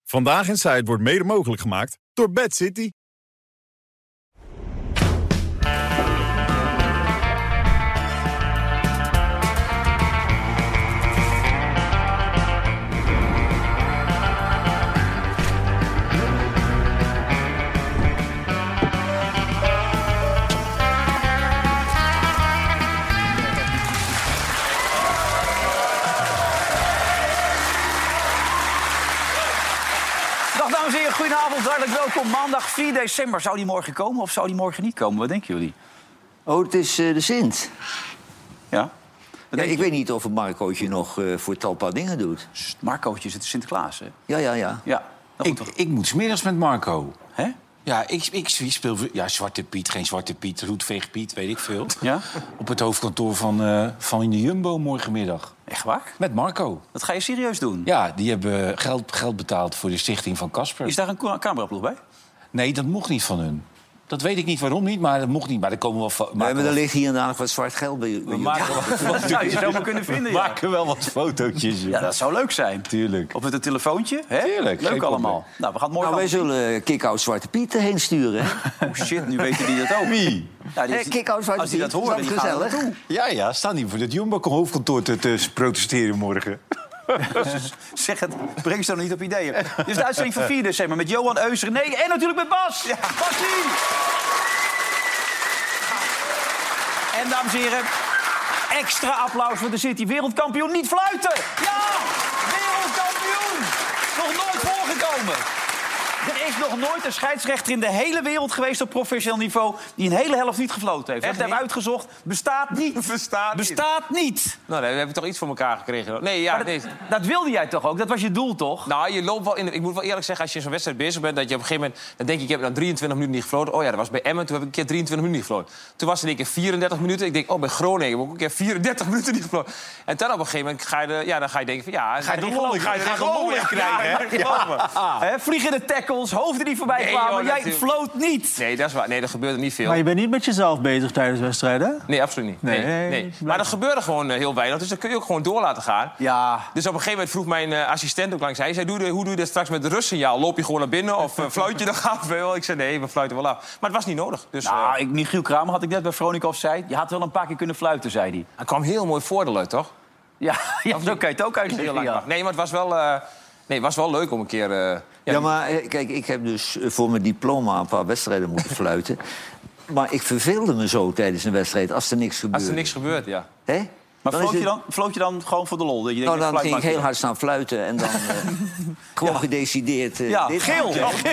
Vandaag Inside wordt mede mogelijk gemaakt door Bad City. Goedenavond, hartelijk welkom. Maandag 4 december. Zou die morgen komen of zou die morgen niet komen? Wat denken jullie? Oh, het is de Sint. Ja? Ik weet niet of het Marcootje nog voor Talpa dingen doet. Marcootje zit Sinterklaas, hè? Ja. Nou, Ik moet 's middags met Marco. Hè? Ja, ik speel Zwarte Piet, geen Zwarte Piet, Roetveeg Piet, weet ik veel. Ja? Op het hoofdkantoor van de Jumbo morgenmiddag. Echt waar? Met Marco. Dat ga je serieus doen? Ja, die hebben geld betaald voor de stichting van Casper. Is daar een cameraploeg bij? Nee, dat mocht niet van hun. Dat weet ik niet waarom niet, maar dat mocht niet. Maar er komen wel... Maar er ligt hier en daar nog wat zwart geld bij jullie. Dat zou je zomaar kunnen vinden, We maken wel wat fotootjes. Ja, dat zou leuk zijn. Tuurlijk. Of met een telefoontje, hè? Tuurlijk. Leuk allemaal. Nou, we gaan het morgen... wij zullen Kick-Out Zwarte Piet heen sturen. Hè? Oh shit, nu weten die dat ook. Wie? Ja, Kick-Out Zwarte als die Piet, dat horen, die gaan er naartoe. Ja, staan die voor het Jumbo-hoofdkantoor te protesteren morgen. Zeg het, breng ze dan niet op ideeën. Dit is de uitzending van 4 december met Johan Euseren. Nee, en natuurlijk met Bas. Ja. Basie! En dames en heren, extra applaus voor de City. Wereldkampioen niet fluiten! Ja! Wereldkampioen! Nog nooit voorgekomen. Er is nog nooit een scheidsrechter in de hele wereld geweest op professioneel niveau die een hele helft niet gefloten heeft. Dat hebben we uitgezocht. Bestaat niet. Bestaat niet. Nou, dan heb je toch iets voor elkaar gekregen. Nee, ja, dat wilde jij toch ook? Dat was je doel, toch? Nou, je loopt wel in. Ik moet wel eerlijk zeggen, als je in zo'n wedstrijd bezig bent, dat je op een gegeven moment dan denk je, ik heb dan 23 minuten niet gefloten. Oh ja, dat was bij Emmen. Toen heb ik een keer 23 minuten niet gefloten. Toen was het een keer 34 minuten. Ik denk, oh, bij Groningen heb ik ook een keer 34 minuten niet gefloten. En dan op een gegeven moment ga je denken van ja, ga je er lol in krijgen, hè? Vlieg in de tackles, hoofden die voorbij kwamen. Jij floot niet. Nee, dat is waar. Nee, er gebeurde niet veel. Maar je bent niet met jezelf bezig tijdens wedstrijden? Nee, absoluut niet. Nee. Maar er gebeurde gewoon heel weinig. Dus dan kun je ook gewoon door laten gaan. Ja. Dus op een gegeven moment vroeg mijn assistent ook langs. Hij zei, hoe doe je dat straks met de rustsignaal? Loop je gewoon naar binnen of fluit je dan af? Ik zei, nee, we fluiten wel af. Maar het was niet nodig. Dus, Michiel Kramer had ik net bij Veronica zei. Je had wel een paar keer kunnen fluiten, zei hij. Er kwam heel mooi voordeel uit, toch? Ja, zo kan je het ook uitleggen. Ja. Nee, maar het was wel leuk om een keer... Ja, maar kijk, ik heb dus voor mijn diploma een paar wedstrijden moeten fluiten. Maar ik verveelde me zo tijdens een wedstrijd als er niks gebeurde. Als er niks gebeurt, ja. Hè? Maar floot je dan gewoon voor de lol? Dat je denkt, dan ging ik heel hard staan fluiten en dan gewoon gedecideerd... geel!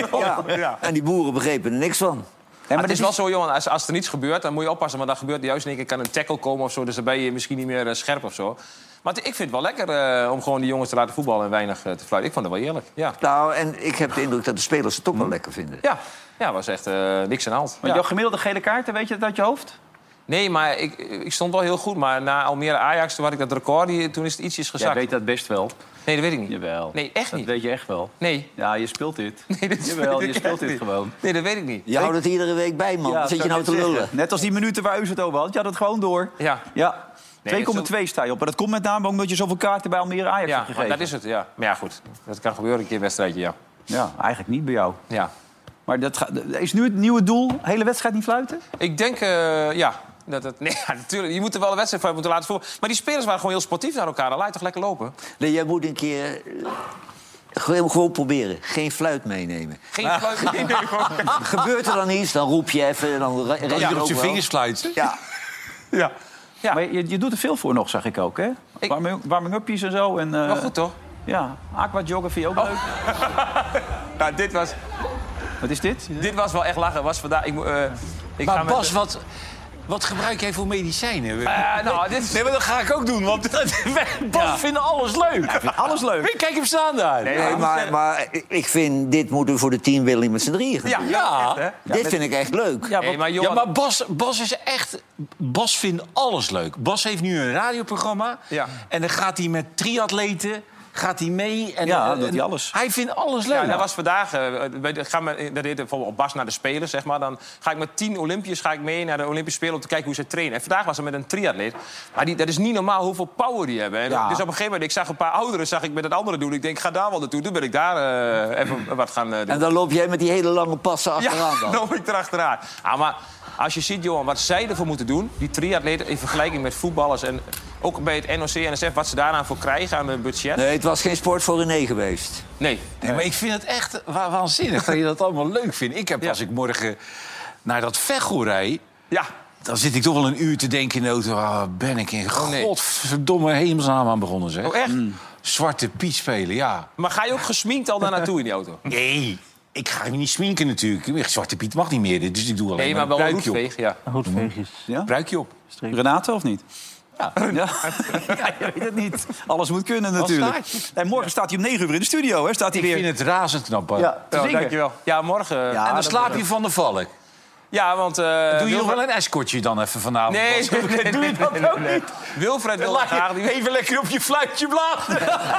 Ja. En die boeren begrepen er niks van. Maar het is wel zo, Johan, als er niets gebeurt, dan moet je oppassen. Maar dan gebeurt er juist in één keer, kan een tackle komen of zo. Dus dan ben je misschien niet meer scherp of zo. Maar ik vind het wel lekker om gewoon die jongens te laten voetballen en weinig te fluiten. Ik vond het wel eerlijk, ja. Nou, en ik heb de indruk dat de spelers het ook wel lekker vinden. Ja, was echt niks aan de hand. Maar jouw gemiddelde gele kaart, weet je dat uit je hoofd? Nee, maar ik stond wel heel goed. Maar na Almere Ajax, toen had ik dat record, toen is het ietsjes gezakt. Jij weet dat best wel. Nee, dat weet ik niet. Jawel. Nee, echt niet. Dat weet je echt wel. Nee. Ja, je speelt dit. Nee, Jawel, je speelt dit gewoon. Nee, dat weet ik niet. Je houdt het iedere week bij, man. Ja, zit je nou te lullen? Net als die minuten waar u het over had. Je had het gewoon door. Ja. 2,2 sta je op. Maar dat komt met name omdat je zoveel kaarten bij Almere Ajax hebt gegeven. Dat is het, ja. Maar ja, goed. Dat kan gebeuren een keer een wedstrijdje, ja. Ja, eigenlijk niet bij jou. Ja. Maar is nu het nieuwe doel, hele wedstrijd niet fluiten? Ik denk, ja... natuurlijk. Je moet er wel een wedstrijd van moeten laten voelen. Maar die spelers waren gewoon heel sportief naar elkaar. Dan laat je toch lekker lopen? Nee, jij moet een keer... Gewoon proberen. Geen fluit meenemen. Geen fluit meenemen? Gebeurt er dan iets, dan roep je even. Dan ren je op je vingers fluiten. Ja. Maar je doet er veel voor nog, zag ik ook, hè? Warming-upjes en zo. En, wel goed, toch? Ja, aquajoggen vind je ook leuk. Nou, dit was... Wat is dit? Dit was wel echt lachen. Was vandaag... Maar Bas, wat gebruik jij voor medicijnen? Nee, maar dat ga ik ook doen, want Bas vindt alles leuk. Hij vindt alles leuk. Kijk hem staan daar. Nee, maar ik vind, dit moeten we voor de teambuilding met z'n drieën gaan doen. Dit vind ik echt leuk. Maar Bas is echt... Bas vindt alles leuk. Bas heeft nu een radioprogramma. Ja. En dan gaat hij met triatleten... gaat hij mee. En, doet hij alles. Hij vindt alles leuk. Ja, dat was vandaag. Dat deed bijvoorbeeld op Bas naar de Spelen, zeg maar. Dan ga ik met 10 Olympiërs mee naar de Olympische Spelen om te kijken hoe ze trainen. En vandaag was er met een triatleet. Maar dat is niet normaal hoeveel power die hebben. En dus op een gegeven moment, ik zag een paar ouderen met het andere doen. Ik denk, ga daar wel naartoe. Toen ben ik daar even wat gaan doen. En dan loop jij met die hele lange passen achteraan dan? Ja, loop ik erachteraan. Maar als je ziet, Johan, wat zij ervoor moeten doen... die triatleten in vergelijking met voetballers... en ook bij het NOC-NSF, wat ze daaraan voor krijgen aan het budget... Nee, het was geen sport voor René geweest. Nee, maar ik vind het echt waanzinnig dat je dat allemaal leuk vindt. Als ik morgen naar dat Veghel rijd... Ja. Dan zit ik toch wel een uur te denken in de auto... ben ik in godverdomme hemelsnaam aan begonnen, zeg. Oh, echt? Zwarte Piet spelen, ja. Maar ga je ook gesminkt al daar naartoe in die auto? Nee, ik ga me niet sminken natuurlijk. Zwarte Piet mag niet meer, dus ik doe alleen maar wel een bruikje op. roetveeg, ja. Roetveegjes. Ja? Bruikje op. Renate of niet? Ja. Ja, je weet het niet. Alles moet kunnen natuurlijk. En morgen staat hij om 9 uur in de studio. Hè? Staat hij Ik weer... vind het razend knap. Dankjewel. Ja, morgen. Ja, en dan slaap je van de valk. Ja, want... Doe je nog wel een escortje dan even vanavond? Nee, doe je dat ook niet? Wilfred wil graag... Even lekker op je fluitje blazen.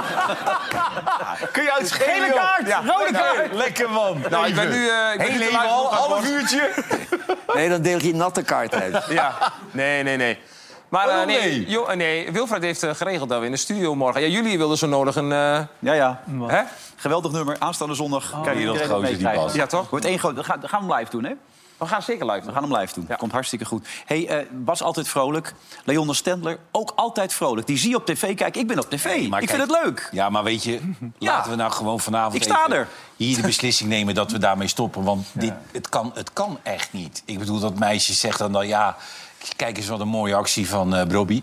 Kun je uit gele kaart, rode kaart. Lekker man. Nou, ik ben nu... Heel even al, half uurtje. Nee, dan deel je een natte kaart uit. Ja, nee. Maar nee, Wilfred heeft geregeld dat we in de studio morgen... Ja, jullie wilden zo nodig een... Ja. Hè? Geweldig nummer. Aanstaande zondag. Kijk, hier dat iedereen gozer die meekrijgen. Bas. Ja, toch? Wordt één groot... Dan gaan we hem live doen, hè? We gaan zeker live We doen. gaan hem live doen. Ja. Komt hartstikke goed. Bas altijd vrolijk. Leon Stendler ook altijd vrolijk. Die zie je op tv. Kijk, ik ben op tv. Maar ik kijk, vind het leuk. Ja, maar weet je, laten we nou gewoon vanavond Ik sta even er. hier de beslissing nemen dat we daarmee stoppen. Want het kan echt niet. Ik bedoel, dat meisje zegt dan ja, kijk eens wat een mooie actie van Brobby.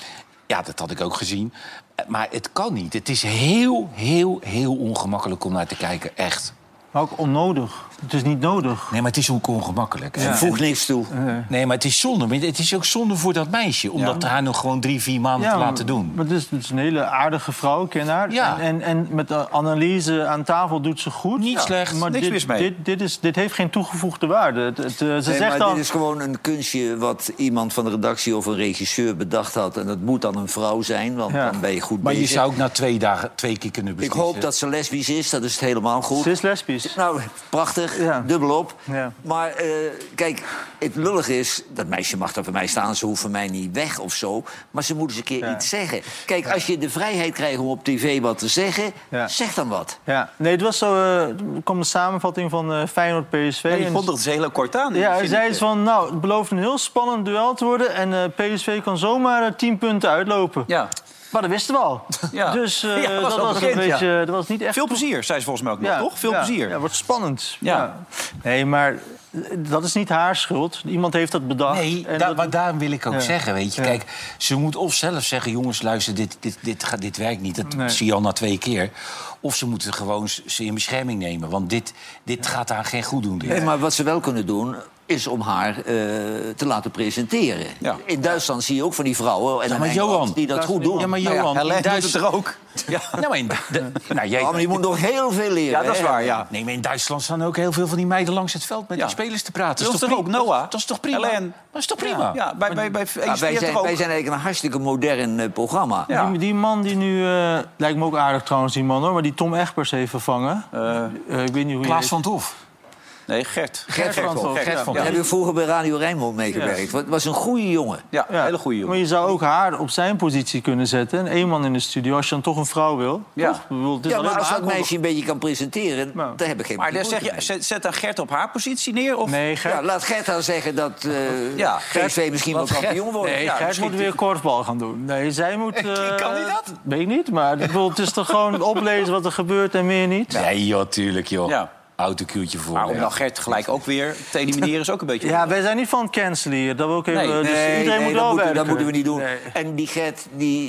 Ja, dat had ik ook gezien. Maar het kan niet. Het is heel, heel, heel ongemakkelijk om naar te kijken. Echt. Maar ook onnodig. Het is niet nodig. Nee, maar het is ook ongemakkelijk. Ze voegt niks toe. Nee, maar het is zonde. Maar het is ook zonde voor dat meisje. Om dat haar nog gewoon 3-4 maanden te laten doen. Maar het is een hele aardige vrouw, ik ken haar. Ja. En met de analyse aan tafel doet ze goed. Niet slecht. Maar Niks mis mee. dit heeft geen toegevoegde waarde. Ze zegt maar dan... dit is gewoon een kunstje wat iemand van de redactie of een regisseur bedacht had. En dat moet dan een vrouw zijn, want dan ben je goed Maar bezig. je zou ook na 2 dagen 2 keer kunnen Ik beslissen. hoop dat ze lesbisch is, dat is het helemaal goed. Ze is lesbisch. Nou, prachtig, Ja. dubbelop. Ja. Maar kijk, het lullige is... dat meisje mag daar voor mij staan, ze hoeft voor mij niet weg of zo. Maar ze moet eens een keer iets zeggen. Kijk, als je de vrijheid krijgt om op tv wat te zeggen... zeg dan wat. Ja. Nee, het was zo... er kwam een samenvatting van Feyenoord-PSV. Ja, je vond het heel kort aan. Ja, hij zei van, het belooft een heel spannend duel te worden... en PSV kan zomaar 10 punten uitlopen. Ja. Maar dat wisten we al. Ja. Dus dat dat al was bekend, een beetje... Dat was niet echt... Veel plezier, zei ze volgens mij ook nog, toch? Veel plezier. Ja, wordt spannend. Ja. Nee, maar dat is niet haar schuld. Iemand heeft dat bedacht. Nee, En maar daarom wil ik ook zeggen, weet je. Ja. Kijk, ze moet of zelf zeggen... jongens, luister, dit werkt niet. Dat zie je al na 2 keer. Of ze moeten gewoon ze in bescherming nemen. Want dit gaat haar geen goed doen. Nee, maar wat ze wel kunnen doen... is om haar te laten presenteren. Ja. In Duitsland zie je ook van die vrouwen en maar Engeland Johan, die dat goed doen. Ja, maar Johan, Helene in doet het er ook. Ja. Nou, maar jij... Ja, maar die moet nog heel veel leren. Ja, dat is hè? waar, ja. Nee, maar in Duitsland staan ook heel veel van die meiden langs het veld... met Ja. die spelers te praten. Dat is toch ook Noah? Dat is toch prima? Helene. Dat is toch prima? Ja, bij Ja, ESPN wij toch ook. zijn eigenlijk een hartstikke modern programma. Ja. Die man die nu... lijkt me ook aardig trouwens, die man, hoor. Maar die Tom Egbers heeft vervangen. Ik weet niet hoe Klaas je van Tof. Nee, Gert. Gert van Tof. Gert van Daar heb ik vroeger bij Radio Rijnmond meegewerkt. Het was een goede jongen. Ja, hele goede jongen. Maar je zou ook haar op zijn positie kunnen zetten. En 1 man in de studio, als je dan toch een vrouw wil. Ja. Toch? Ik bedoel, het is Ja, alleen maar als dat aankondigen. meisje een beetje kan presenteren... Nou. daar heb ik geen Maar dan moeite zeg je, mee. zet dan Gert op haar positie neer? Of? Nee, Gert, Ja, laat Gert dan zeggen dat Ja, GSV misschien wel kampioen wordt. nee, ja, Gert misschien- moet weer korfbal gaan doen. Nee, zij moet... Kan hij dat? Weet ik niet, maar ik bedoel, het is toch gewoon oplezen wat er gebeurt en meer niet? Nee, joh, tuurlijk, joh. Ja. Autocuurtje voor. Maar om dan Gert gelijk ook weer te elimineren is ook een beetje... Ja, wij zijn niet van het cancelen hier. Dat wil ik even, Nee, dus iedereen moet wel werken. dat moeten we niet doen. Nee. En die Gert,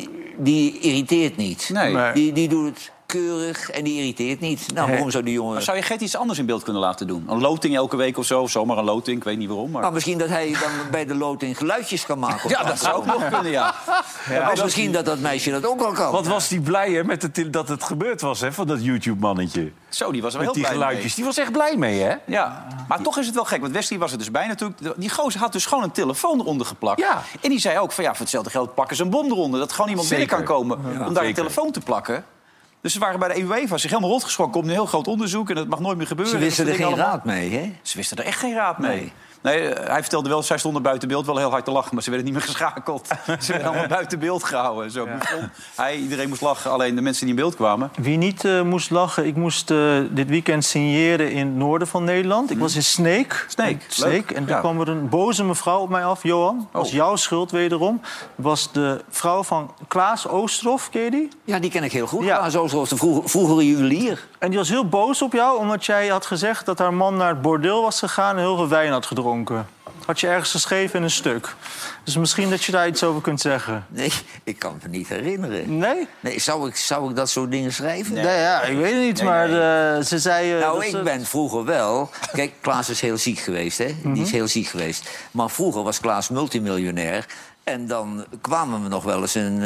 die irriteert niet. Nee. Nee. Die doet het keurig en die irriteert niet. Nou, Nee. waarom zou die jongen... Maar zou je Gert iets anders in beeld kunnen laten doen? Een loting elke week of zo? Zomaar een loting, ik weet niet waarom. Maar... Nou, misschien dat hij dan bij de loting geluidjes kan maken. Ja, dat zou ook nog kunnen, ja. Of misschien dat meisje dat ook al kan. Wat was die blij hè, met dat het gebeurd was, hè, van dat YouTube-mannetje. Zo, die was er Met heel die blij geluidjes. mee. Die was echt blij mee, hè? Ja, maar toch is het wel gek, want Wesley was er dus bij natuurlijk. Die gozer had dus gewoon een telefoon eronder geplakt. Ja. En die zei ook van, ja, voor hetzelfde geld pakken ze een bom eronder. Dat gewoon iemand binnen kan komen om daar een telefoon te plakken. Dus ze waren bij de UEFA zich helemaal rondgeschrokken. Komt een heel groot onderzoek en dat mag nooit meer gebeuren. Ze wisten er geen allemaal. raad mee, hè? Ze wisten er echt geen raad mee. Nee, hij vertelde wel, zij stonden buiten beeld wel heel hard te lachen... maar ze werden niet meer geschakeld. Ze werden allemaal buiten beeld gehouden. En zo. Iedereen moest lachen, alleen de mensen die in beeld kwamen. Wie niet moest lachen, ik moest dit weekend signeren in het noorden van Nederland. Ik was in Sneek. Leuk. En daar kwam er een boze mevrouw op mij af, Johan. Dat was jouw schuld wederom. Was de vrouw van Klaas Oosterhoff, ken je die? Ja, die ken ik heel goed. Ja. Klaas Oosterhoff, de vroegere juwelier. En die was heel boos op jou, omdat jij had gezegd dat haar man naar het bordeel was gegaan en heel veel wijn had gedronken. Had je ergens geschreven in een stuk. Dus misschien dat je daar iets over kunt zeggen. Nee, ik kan het me niet herinneren. Nee? Nee, zou ik dat soort dingen schrijven? Nee, ja, ik weet het niet, maar ze zei... Nou, ik ben vroeger wel... Kijk, Klaas is heel ziek geweest, hè? Die is heel ziek geweest. Maar vroeger was Klaas multimiljonair. En dan kwamen we nog wel eens in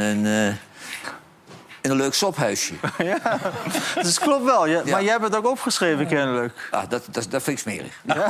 een leuk sophuisje. Ja, dus klopt wel. Maar jij hebt het ook opgeschreven, kennelijk. Ah, dat vind ik smerig. Ja.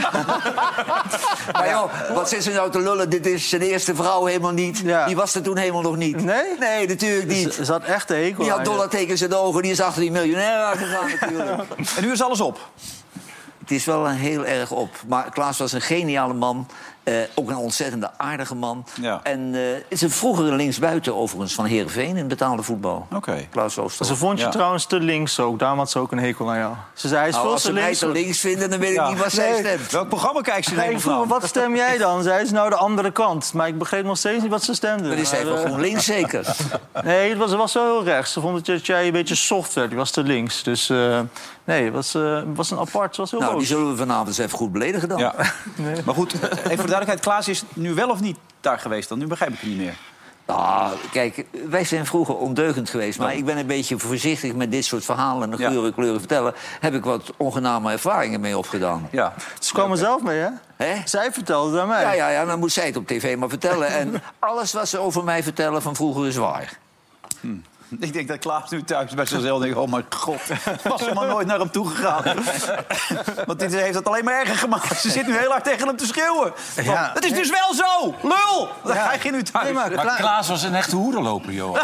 Maar joh, wat zit ze nou te lullen? Dit is zijn eerste vrouw helemaal niet. Ja. Die was er toen helemaal nog niet. Nee? Nee, natuurlijk niet. Ze had echt de hekel. Die had dollartekens in de ogen. Die is achter die miljonair aangegaan natuurlijk. En nu is alles op. Het is wel heel erg op. Maar Klaas was een geniale man. Ook een ontzettende aardige man. Ja. En het is een vroegere linksbuiten overigens van Heerenveen in betaalde voetbal. Oké. Klaas Oosterhoff. Ze vond je trouwens te links ook. Daarom had ze ook een hekel aan jou. Ze zei, hij is veel als te ze mij links. te links vinden, dan weet ik niet wat zij stemt. Welk programma kijkt ze Nee, ik vroeg me, wat stem jij dan? Zij is nou de andere kant. Maar ik begreep nog steeds niet wat ze stemde. Dat is even gewoon links zeker. Nee, ze was wel heel rechts. Ze vond dat jij een beetje soft werd. Die was te links. Dus nee, het was een apart. Ze was heel Nou, boos. die zullen we vanavond eens even goed beledigen dan. Ja. Nee. Maar goed, even voor de duidelijkheid. Klaas is nu wel of niet daar geweest dan? Nu begrijp ik het niet meer. Nou, kijk, wij zijn vroeger ondeugend geweest. Maar ik ben een beetje voorzichtig met dit soort verhalen... en geuren kleuren vertellen. Heb ik wat ongename ervaringen mee opgedaan. Ja. Ze kwam er zelf mee, hè? Zij vertelde het aan mij. Ja, dan moet zij het op tv maar vertellen. En alles wat ze over mij vertellen van vroeger is waar. Ik denk dat Klaas nu thuis bij zichzelf denkt... oh mijn god, was ze maar nooit naar hem toe gegaan. Want dit heeft het alleen maar erger gemaakt. Ze zit nu heel hard tegen hem te schreeuwen. Ja. Het is dus wel zo, lul! Dan krijg je nu thuis. Nee, maar Klaas was een echte hoerenloper, Johan.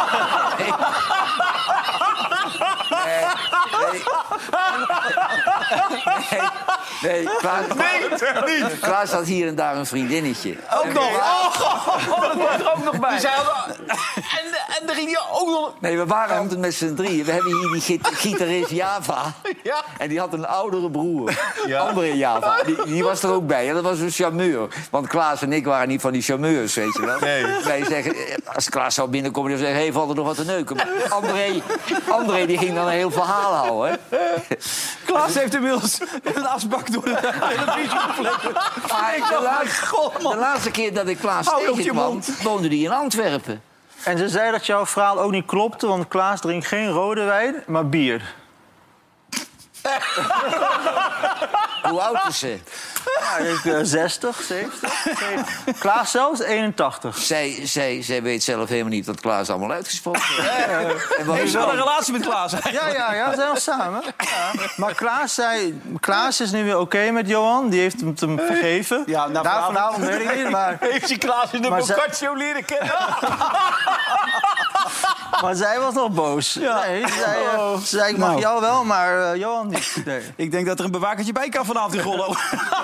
Nee, Klaas had hier en daar een vriendinnetje. Ook nog. Dat was ook nog bij. En er ging je ook nog... Nee, we waren altijd met z'n drieën. We hebben hier die gitarist Java. Ja. En die had een oudere broer. André Java. Die was er ook bij. En dat was een charmeur. Want Klaas en ik waren niet van die charmeurs, weet je wel. Nee. Wij zeggen, als Klaas zou binnenkomen... dan zeggen, valt er nog wat te neuken. Maar André die ging dan een heel verhaal houden. Klaas heeft inmiddels een asbak door de televisie geflikkerd. De laatste keer dat ik Klaas tegenkwam, woonde die in Antwerpen. En ze zei dat jouw verhaal ook niet klopte... want Klaas drinkt geen rode wijn, maar bier. Hoe oud is ze? Ja, 60, 70. Klaas zelfs 81. Zij weet zelf helemaal niet wat Klaas allemaal uitgesproken heeft. Heeft ze wel een relatie met Klaas? Ja, we zijn nog samen. Ja. Maar Klaas is nu weer oké met Johan. Die heeft hem vergeven. Ja, vanavond weet ik niet. Maar, heeft hij Klaas in de Boccaccio leren kennen? maar zij was nog boos. Ja. Nee, ze zei, ik mag jou wel, maar Johan niet. Nee. Ik denk dat er een bewakertje bij kan vanavond in Gollo.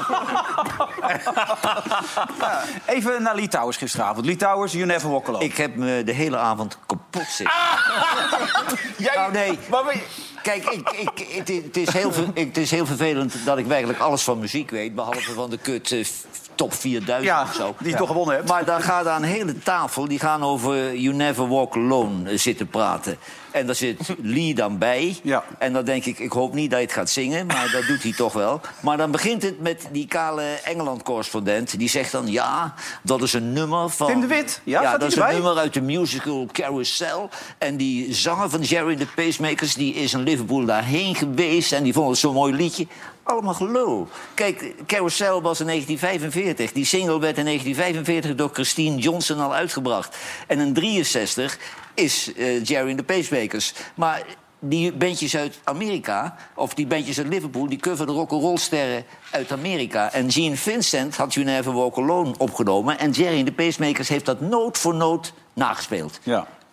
Even naar Litouwers gisteravond. Litouwers, You Never Walk Alone. Ik heb me de hele avond kapot zitten. Nou, nee. Kijk, het is heel vervelend dat ik werkelijk alles van muziek weet... behalve van de top 4000 of zo. Die je toch gewonnen hebt. Maar dan gaat aan een hele tafel... die gaan over You Never Walk Alone zitten praten. En daar zit Lee dan bij. Ja. En dan denk ik hoop niet dat hij het gaat zingen... maar dat doet hij toch wel. Maar dan begint het met die kale Engeland-correspondent. Die zegt dan, ja, dat is een nummer van... Tim de Wit? Ja, dat is een nummer uit de musical Carousel. En die zanger van Jerry and the Pacemakers... die is in Liverpool daarheen geweest... en die vond het zo'n mooi liedje. Allemaal gelul. Kijk, Carousel was in 1945. Die single werd in 1945 door Christine Johnson al uitgebracht. En in 1963 is Jerry and the Pacemakers. Maar die bandjes uit Amerika, of die bandjes uit Liverpool... die coverden rock'n'roll-sterren uit Amerika. En Gene Vincent had You Never Walk Alone opgenomen... en Jerry and the Pacemakers heeft dat noot voor noot nagespeeld. Ja.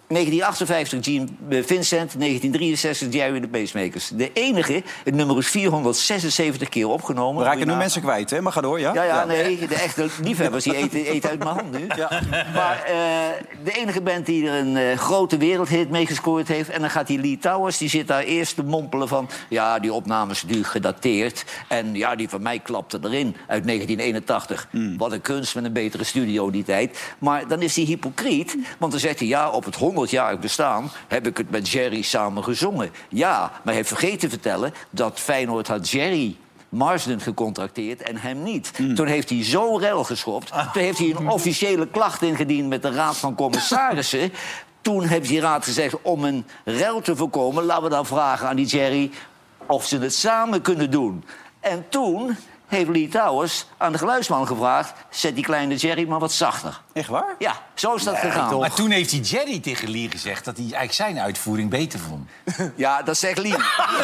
1958 Gene Vincent, 1963 Jerry and the Pacemakers. De enige, het nummer is 476 keer opgenomen. We raken nu mensen kwijt, hè? Maar ga door, ja? Ja, nee, de echte liefhebbers die eten uit mijn hand nu. Ja. Maar de enige band die er een grote wereldhit mee gescoord heeft... en dan gaat die Lee Towers, die zit daar eerst te mompelen van... ja, die opnames nu gedateerd. En ja, die van mij klapte erin uit 1981. Wat een kunst met een betere studio die tijd. Maar dan is hij hypocriet, want dan zegt hij... ja, op het 100-jarig bestaan heb ik het met Jerry samen gezongen. Ja, maar hij heeft vergeten te vertellen dat Feyenoord had Jerry Marsden gecontracteerd en hem niet. Toen heeft hij zo rel geschopt. Toen heeft hij een officiële klacht ingediend met de Raad van Commissarissen. Toen heeft die raad gezegd, om een rel te voorkomen... laten we dan vragen aan die Jerry of ze het samen kunnen doen. En toen heeft Lee Towers aan de geluidsman gevraagd... zet die kleine Jerry maar wat zachter. Echt waar? Ja, zo is dat gegaan. Maar toen heeft die Jerry tegen Lee gezegd... dat hij eigenlijk zijn uitvoering beter vond. Ja, dat zegt Lee.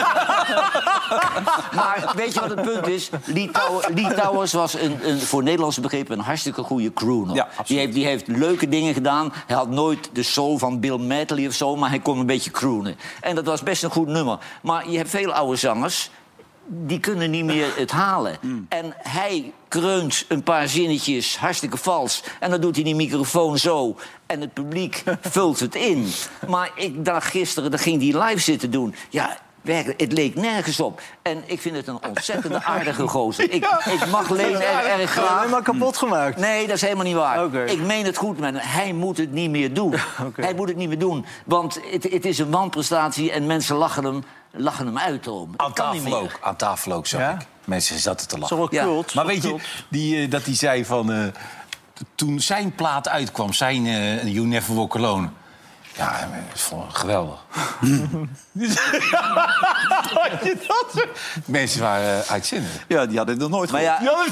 Maar weet je wat het punt is? Lee Towers was voor Nederlandse begrippen een hartstikke goede crooner. Ja, die heeft leuke dingen gedaan. Hij had nooit de soul van Bill Medley of zo... maar hij kon een beetje croonen. En dat was best een goed nummer. Maar je hebt veel oude zangers... die kunnen niet meer het halen. En hij kreunt een paar zinnetjes hartstikke vals. En dan doet hij die microfoon zo. En het publiek vult het in. Maar ik dacht gisteren, dan ging hij live zitten doen. Ja, werkelijk, het leek nergens op. En ik vind het een ontzettende aardige gozer. Ik mag Leen erg graag. Helemaal kapot gemaakt. Nee, dat is helemaal niet waar. Okay. Ik meen het goed met hem. Hij moet het niet meer doen. Hij moet het niet meer doen. Want het is een wanprestatie en mensen lachen hem uit om. Aan tafel ook, zag ik. Mensen zaten te lachen. Zo wel kult. Maar weet je, dat hij zei van... toen zijn plaat uitkwam, zijn You Never Walk Alone... Ja, dat vond ik geweldig. Mensen waren uitzinnig. Ja, die hadden het nog nooit gehoord. Maar ja,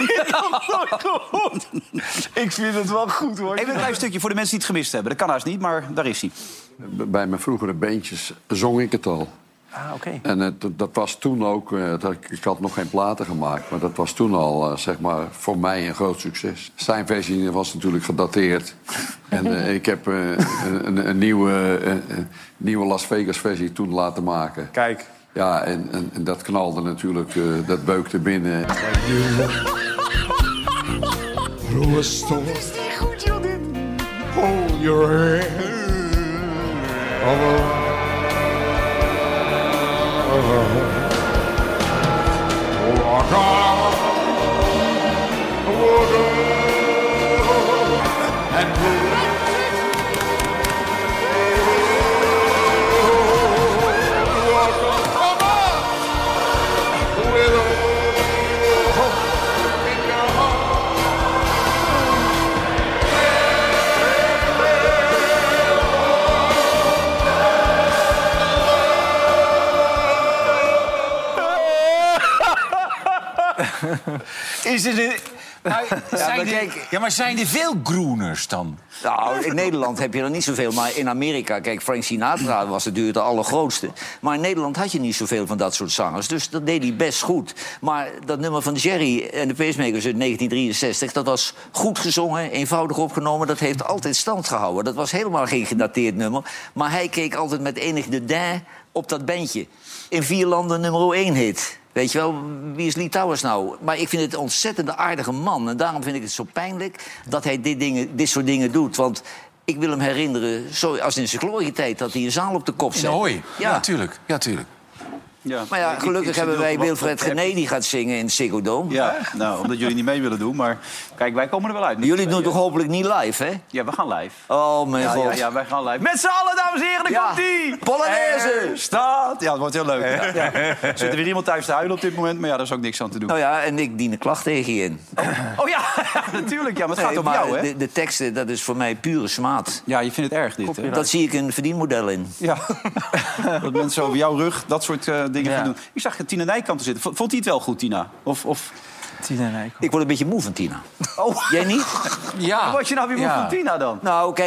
Ik vind het wel goed, hoor. Even een klein stukje voor de mensen die het gemist hebben. Dat kan haast niet, maar daar is hij. Bij mijn vroegere bandjes zong ik het al. Ah, oké. En dat was toen ook... ik had nog geen platen gemaakt... maar dat was toen al, zeg maar, voor mij een groot succes. Zijn versie was natuurlijk gedateerd. En ik heb een nieuwe Las Vegas versie toen laten maken. Kijk. Ja, en dat knalde natuurlijk, dat beukte binnen. Hold your hand. Is het maar zijn er veel groeners dan? nou, in Nederland heb je er niet zoveel. Maar in Amerika, kijk, Frank Sinatra was natuurlijk de allergrootste. Maar in Nederland had je niet zoveel van dat soort zangers. Dus dat deed hij best goed. Maar dat nummer van Jerry en de Pacemakers uit 1963... dat was goed gezongen, eenvoudig opgenomen. Dat heeft altijd stand gehouden. Dat was helemaal geen gedateerd nummer. Maar hij keek altijd met enig dédain op dat bandje. In 4 landen nummer 1 hit. Weet je wel, wie is Lee Towers nou? Maar ik vind het een ontzettend aardige man. En daarom vind ik het zo pijnlijk dat hij dit soort dingen doet. Want ik wil hem herinneren, zoals in zijn glorietijd... dat hij een zaal op de kop zet. Hoi. Ja, tuurlijk. Ja, tuurlijk. Ja. Maar ja, gelukkig hebben wij Wilfred Genee die gaat zingen in het Ziggo Dome. Ja, nou, omdat jullie niet mee willen doen. Maar kijk, wij komen er wel uit. Jullie doen toch hopelijk niet live, hè? Ja, we gaan live. Oh, mijn god. Ja, wij gaan live. Met z'n allen, dames en heren, daar komt-ie! Polonaise! Staat! Ja, het wordt heel leuk. Ja. Zit er weer iemand thuis te huilen op dit moment, maar ja, daar is ook niks aan te doen. Nou ja, en ik dien een klacht tegen je in. Oh ja, natuurlijk. Ja, maar het gaat om jou, hè? De teksten, dat is voor mij pure smaad. Ja, je vindt het erg, dit. Hè? Dat zie ik een verdienmodel in. Ja, dat mensen over jouw rug dat soort dingen gaan doen. Ik zag Tina Nijkamp te zitten. Vond hij het wel goed, Tina? Of... Tina Nijkamp. Ik word een beetje moe van Tina. Oh. Jij niet? Ja. Word je nou weer moe van Tina dan? Nou, kijk,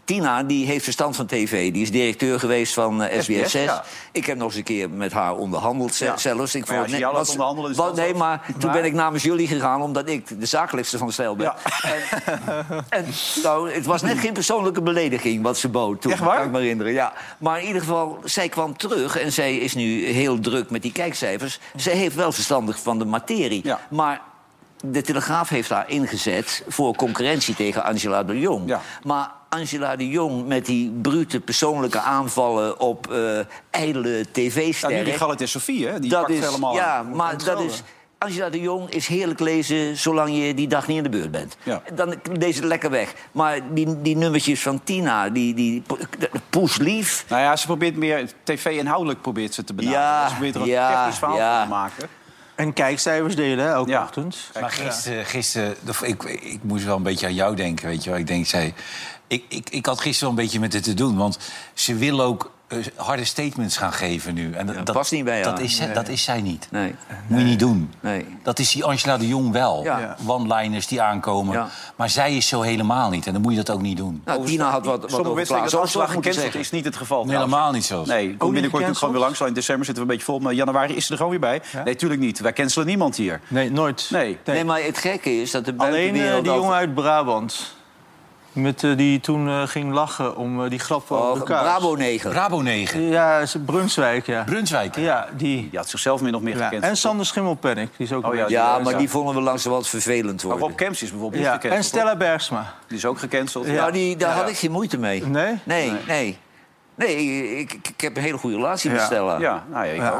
Tina, die heeft verstand van tv. Die is directeur geweest van SBS 6. ja. Ik heb nog eens een keer met haar onderhandeld zelfs. Ik Maar als je jou laat onderhandelen... is dat nee, zo. maar toen ben ik namens jullie gegaan... omdat ik de zakelijkste van de stijl ben. Ja. En nou, het was net geen persoonlijke belediging wat ze bood. Toen, Echt waar? kan ik me herinneren, ja. Maar in ieder geval, zij kwam terug... en zij is nu heel druk met die kijkcijfers. Zij heeft wel verstandig van de materie. Ja. Maar... De Telegraaf heeft haar ingezet voor concurrentie tegen Angela de Jong. Ja. Maar Angela de Jong met die brute persoonlijke aanvallen op ijdele tv-sterren... Ja, nu die Galit en Sofie, hè? Die dat pakt is, helemaal ja, aan. maar dat is... Angela de Jong is heerlijk lezen zolang je die dag niet in de beurt bent. Ja. Dan lees je het lekker weg. Maar die nummertjes van Tina, die poeslief... Nou ja, ze probeert meer tv-inhoudelijk probeert ze te benaderen. Ja, Ze probeert er een ja, technisch verhaal ja. van te maken. En kijkcijfers delen, hè, elke Ja. ochtend. Maar gisteren ik moest wel een beetje aan jou denken, weet je wel. Ik denk, ik had gisteren wel een beetje met het te doen. Want ze wil ook harde statements gaan geven nu. En dat past niet bij haar. Dat is zij niet. Nee. Moet je niet doen. Nee. Dat is die Angela de Jong wel. Ja. One-liners die aankomen. Ja. Maar zij is zo helemaal niet. En dan moet je dat ook niet doen. Nou, Tina had wat Sommige over wedstrijden Klaas dat afslag moeten gecanceld zeggen. is niet het geval. Nee, helemaal niet zelfs. Nee, komt binnenkort natuurlijk gewoon weer langs. gecanceld? Al in december zitten we een beetje vol. Maar januari is ze er gewoon weer bij. Ja? Nee, tuurlijk niet. Wij cancelen niemand hier. Nee, nooit. Nee. Nee, maar het gekke is dat de Alleen buitenwereld... die jongen uit Brabant. Die toen ging lachen om die grap over de kaars. Brabo-neger. Brabo 9. Ja, Brunswijk, ja. Brunswijk. Ja, die. Die had zichzelf min of meer Ja. gecanceld. En Sander Schimmelpenninck, die is ook Oh ja, een Ja, Ja, maar ja. die vonden we langzaam wat vervelend Maar worden. Rob Kemps is bijvoorbeeld ja. niet gecanceld. En Stella Bergsma. Die is ook gecanceld. Ja, daar had ik geen moeite mee. Nee? Nee. Nee, ik heb een hele goede relatie met Ja. Stella. Ja, nou ja, ik Ja. ook.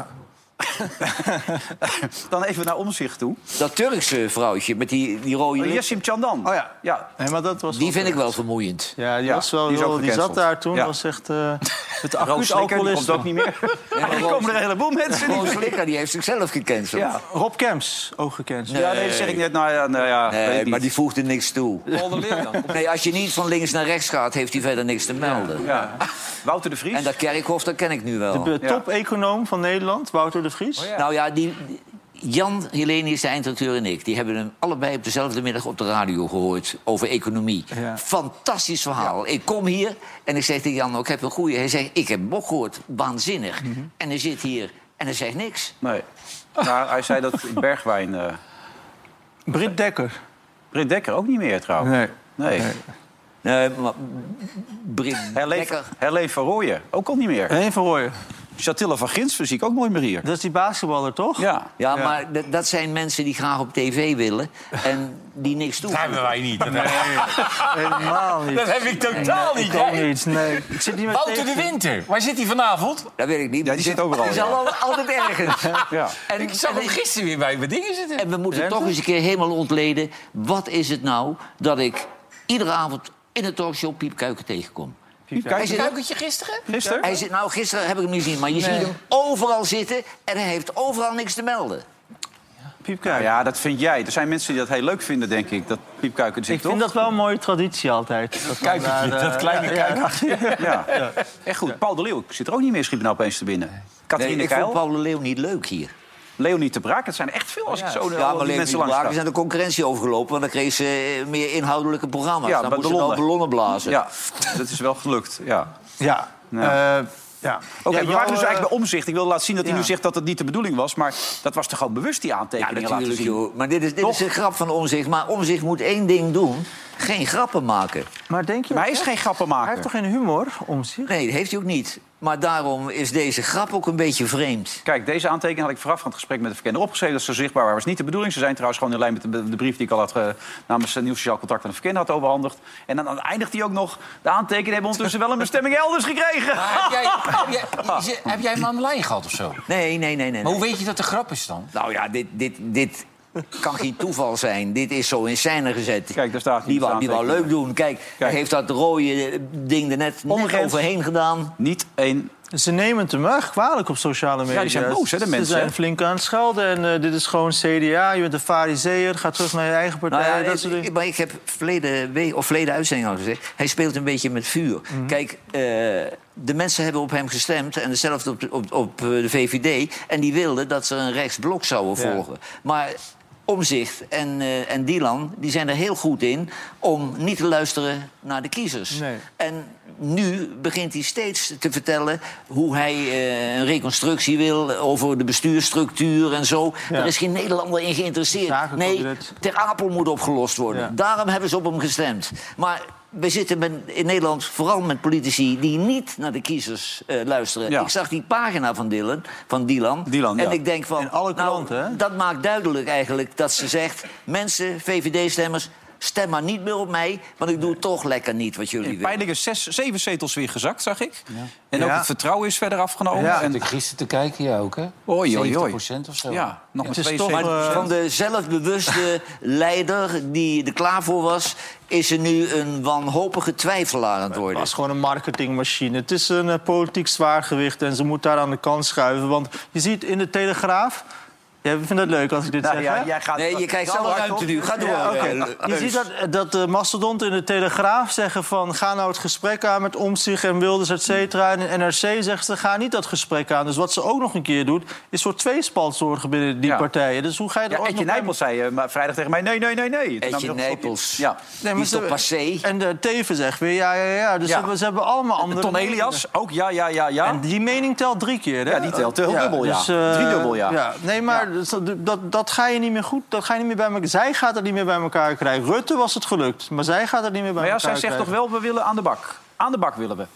Dan even naar Omtzigt toe. Dat Turkse vrouwtje met die rode lippen, Yassim Chandan. Oh ja. Ja. Nee, maar dat was die wel vind ik terecht. wel vermoeiend. Ja, die Ja, was wel. die is ook Die zat gecanceld. daar toen. Ja. Was echt het Roos acuut Slikker, die komt alcoholisme. ook niet meer. maar Er Roos- komen er een heleboel mensen. Roos Slikker, die heeft zichzelf gecanceld. Ja. Rob Kemps, ook gekend. Ja, nee, dat zeg ik net. Nou ja, weet Nee, ik maar niet. die voegde niks toe. Paul de Leeuw dan. Nee, als je niet van links naar rechts gaat, heeft hij verder niks te melden. Ja. Wouter de Vries. En dat Kerkhof, dat ken ik nu wel. De top-econoom van Nederland, Wouter de Vries. Nou ja, Jan Helenius, de eindredacteur en ik... die hebben hem allebei op dezelfde middag op de radio gehoord... over economie. Ja. Fantastisch verhaal. Ik kom hier en ik zeg tegen Jan, ik heb een goeie. Hij zegt, ik heb hem ook gehoord. Waanzinnig. En hij zit hier en hij zegt niks. Nee. Nou, hij zei dat Bergwijn... Britt Dekker. Britt Dekker ook niet meer trouwens. Nee. Nee, maar Britt Dekker... Herleef van Rooyen, ook al niet meer. Heen van Rooyen. Chatilla van Gins zie ik ook nooit meer hier. Dat is die basketballer, toch? Ja. Ja, maar dat zijn mensen die graag op tv willen... en die niks doen. Dat hebben wij niet. Helemaal niet. Dat heb ik totaal niet. Ik ook niet, nee. Ik zit niet met Wouter de Winter. Waar zit hij vanavond? Dat weet ik niet. Ja, die zit overal, Die is altijd ergens. Ja. En, Ik zag hem gisteren weer bij mijn dingen zitten. en we moeten toch eens een keer helemaal ontleden... wat is het nou dat ik iedere avond in een talkshow Piep Kuiken tegenkom? Hij zit ook... Kuikentje gisteren? Gisteren? Hij zit, nou, gisteren heb ik hem niet gezien, maar je ziet hem overal zitten... en hij heeft overal niks te melden. Piep Nou Kuiken. ja, dat vind jij. Er zijn mensen die dat heel leuk vinden, denk ik. Dat Piep Kuiken zit, Ik vind toch? dat wel een mooie traditie altijd. Dat Kuikentje, dat kleine kuikentje. Ja. Echt goed. Paul de Leeuw zit er ook niet meer, schiet me nou opeens te binnen. Nee, Catharine ik vond Keil, Paul de Leeuw niet leuk hier. Leonie te Braak. Het zijn er echt veel als ik zo Ja, die maar mensen mensen langs zijn de concurrentie overgelopen... want dan kreeg ze meer inhoudelijke programma's. Ja, dan bij moesten ze wel ballonnen. ballonnen blazen. Ja, dat is wel gelukt. Ja. Ja. Ja. Ja. Oké, Ja, we waren dus jouw, eigenlijk bij Omtzigt. Ik wil laten zien dat hij ja. nu zegt dat het niet de bedoeling was. Maar dat was toch gewoon bewust, die Ja, aantekeningen laten natuurlijk, zien. joh. Maar dit is Toch? een grap van Omtzigt. Maar Omtzigt moet één ding doen. Geen grappen maken. Maar denk je... Maar hij is geen grappenmaker. Hij heeft toch geen humor om zich? Nee, dat heeft hij ook niet. Maar daarom is deze grap ook een beetje vreemd. Kijk, deze aantekening had ik vooraf van het gesprek met de verkenner opgeschreven. Dat ze zichtbaar waren. Dat was niet de bedoeling. Ze zijn trouwens gewoon in lijn met de brief die ik al had namens Nieuw Sociaal Contact aan de verkenner had overhandigd. En dan eindigt hij ook nog. De aantekeningen hebben ondertussen wel een bestemming elders gekregen. Heb jij hem aan de lijn gehad of zo? Nee. Maar hoe weet je dat de grap is dan? Nou ja, dit kan geen toeval zijn. Dit is zo in scène gezet. Kijk, daar staat hij. Die wou leuk doen. Kijk, hij heeft dat rode ding er net Ongrens. overheen gedaan. Niet één. Ze nemen het hem erg kwalijk op sociale media. die zijn boos, hè, de mensen, Ze zijn hè? flink aan het schelden. En dit is gewoon CDA. Je bent een farizeeër. Ga terug naar je eigen partij. Nou ja, dat soort dingen. maar ik heb verleden uitzending al gezegd... hij speelt een beetje met vuur. Kijk, de mensen hebben op hem gestemd... en hetzelfde op de VVD. En die wilden dat ze een rechtsblok zouden volgen. Maar Omtzigt en Dylan, die zijn er heel goed in om niet te luisteren naar de kiezers. Nee. En nu begint hij steeds te vertellen hoe hij een reconstructie wil over de bestuursstructuur en zo. Ja. Er is geen Nederlander in geïnteresseerd. Nee, Ter Apel moet opgelost worden. Ja. Daarom hebben ze op hem gestemd. Maar we zitten in Nederland vooral met politici die niet naar de kiezers luisteren. Ja. Ik zag die pagina van Dylan. Dylan, en ja. ik denk van, In alle kranten, hè? dat maakt duidelijk eigenlijk dat ze zegt... mensen, VVD-stemmers, stem maar niet meer op mij... want ik doe toch lekker niet wat jullie willen. Pijnlijk is 7 zetels weer gezakt, zag ik. Ja. En ook Ja. het vertrouwen is verder afgenomen. Ja. En Ik gisteren te kijken, ja ook, hè? Oei, oei, oei. 70% of zo. Ja, nog met Het is 2 toch, zetels. Maar van de zelfbewuste leider die er klaar voor was... is er nu een wanhopige twijfelaar aan het Het worden. was gewoon een marketingmachine. Het is een politiek zwaargewicht en ze moet daar aan de kant schuiven. Want je ziet in de Telegraaf... Jij vindt het leuk als ik dit zeg, hè? jij gaat... Nee, je krijgt alle ruimte nu. Ga door. Ja, oké. Je ziet dat de mastodonten in de Telegraaf zeggen van... ga nou het gesprek aan met Omtzigt en Wilders, et cetera. En in NRC zeggen ze, ga niet dat gesprek aan. Dus wat ze ook nog een keer doet, is voor tweespalt zorgen binnen die Ja. partijen. Dus hoe ga je er Ja, ooit Etje nog Nijpels zei vrijdag tegen mij... nee. Etje Nijpels. Ja. Die is toch passé? En de Teven zegt weer ja. Dus Ja. ze hebben allemaal andere Ton meningen. Elias, ook ja. En die mening telt 3 keer, hè? Ja, die telt heel dubbel, ja. Dus, 3-dubbel, ja. Nee, maar dat ga je niet meer goed. Dat ga je niet meer bij elkaar. Zij gaat het niet meer bij elkaar krijgen. Rutte was het gelukt, maar zij gaat het niet meer bij Maar ja, elkaar zij zegt krijgen. toch wel, we willen aan de bak. Aan de bak willen we.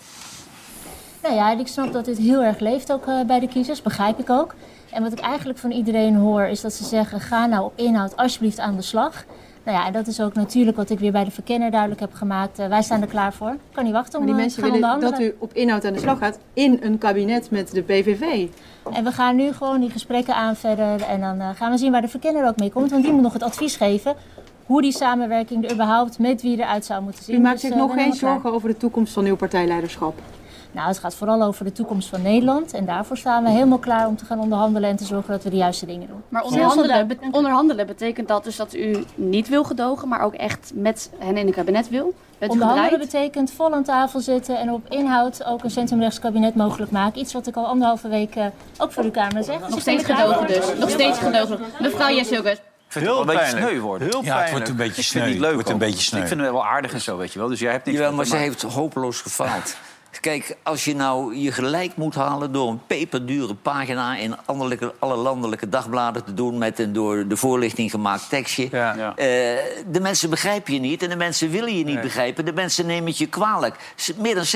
Nou ja, ik snap dat dit heel erg leeft ook bij de kiezers, begrijp ik ook. En wat ik eigenlijk van iedereen hoor is dat ze zeggen... ga nou op inhoud alsjeblieft aan de slag. Nou ja, en dat is ook natuurlijk wat ik weer bij de verkenner duidelijk heb gemaakt. Wij staan er klaar voor. Ik kan niet wachten om Maar die te mensen gaan willen onderhandelen. dat u op inhoud aan de slag gaat in een kabinet met de PVV. En we gaan nu gewoon die gesprekken aan verder. En dan gaan we zien waar de verkenner ook mee komt. Want die moet nog het advies geven hoe die samenwerking er überhaupt met wie eruit zou moeten zien. U maakt Dus, zich nog we geen zijn klaar. zorgen over de toekomst van uw partijleiderschap. Nou, het gaat vooral over de toekomst van Nederland. En daarvoor staan we helemaal klaar om te gaan onderhandelen en te zorgen dat we de juiste dingen doen. Maar onderhandelen, onderhandelen betekent dat dus dat u niet wil gedogen, maar ook echt met hen in een kabinet wil? Bent u Onderhandelen bereid? betekent vol aan tafel zitten en op inhoud ook een centrumrechts kabinet mogelijk maken. Iets wat ik al 1,5 week ook voor uw Kamer zeg. Nog steeds gedogen dus. Nog steeds gedogen. Mevrouw Jessilkes. Ik vind het wel een beetje sneu worden. Heel Ja, het wordt een beetje Ik vind sneu. het niet leuk. Het wordt een beetje sneu. Ik vind het wel aardig en zo, weet je wel. Dus jij hebt niks Jawel, met maar hem, ze heeft hopeloos gefaald. Kijk, als je nou je gelijk moet halen door een peperdure pagina... in alle landelijke dagbladen te doen met een door de voorlichting gemaakt tekstje... Ja. Ja. de mensen begrijpen je niet en de mensen willen je niet begrijpen. De mensen nemen het je kwalijk. Meer dan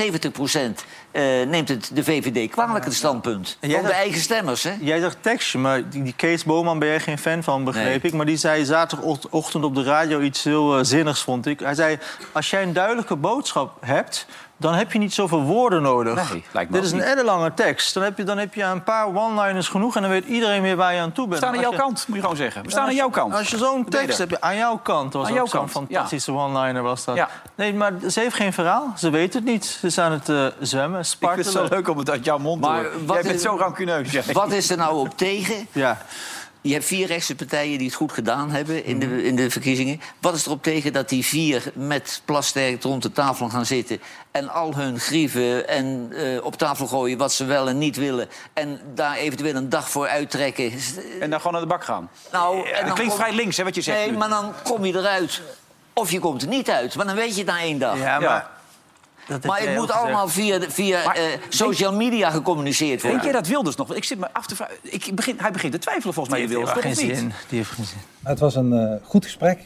70% neemt het de VVD kwalijk, het standpunt. En jij Van de zegt- eigen stemmers, hè? Jij zegt tekstje, maar die Kees Boman ben jij geen fan van, begreep Nee. ik. Maar die zei zaterdagochtend op de radio iets heel zinnigs, vond ik. Hij zei, als jij een duidelijke boodschap hebt... dan heb je niet zoveel woorden nodig. Nee, lijkt me Dit ook is een niet. ellenlange tekst. Dan heb je een paar one-liners genoeg... en dan weet iedereen weer waar je aan toe We bent. staan aan Als jouw je- kant, moet je gewoon zeggen. We staan aan jouw kant. Als je zo'n Verdediger. tekst hebt, aan jouw kant... was Aan ook jouw zo'n kant, fantastische one-liner was dat. Ja. Nee, maar ze heeft geen verhaal. Ze weet het niet. Ze is aan het zwemmen, Ik vind spartelen. het zo leuk om het uit jouw mond te Maar horen. wat Jij bent is- zo rancuneus. jij. Wat is er nou op tegen? Ja. Je hebt 4 rechtse partijen die het goed gedaan hebben in de verkiezingen. Wat is erop tegen dat die 4 met Plasterk rond de tafel gaan zitten... en al hun grieven en op tafel gooien wat ze wel en niet willen... en daar eventueel een dag voor uittrekken? En dan gewoon naar de bak gaan. Nou, en Dat dan klinkt kom- vrij links, hè, wat je zegt Nee, nu. maar dan kom je eruit. Of je komt er niet uit, maar dan weet je het na 1 dag. Ja, Ja. maar... dat heb Maar jij het ook moet gezegd. allemaal via Maar social media gecommuniceerd worden. Denk jij dat Wilders nog? Ik zit me af te vragen. Hij begint te twijfelen volgens mij. Die Wilders, heeft toch, geen of niet? zin. Die heeft geen zin. Het was een goed gesprek.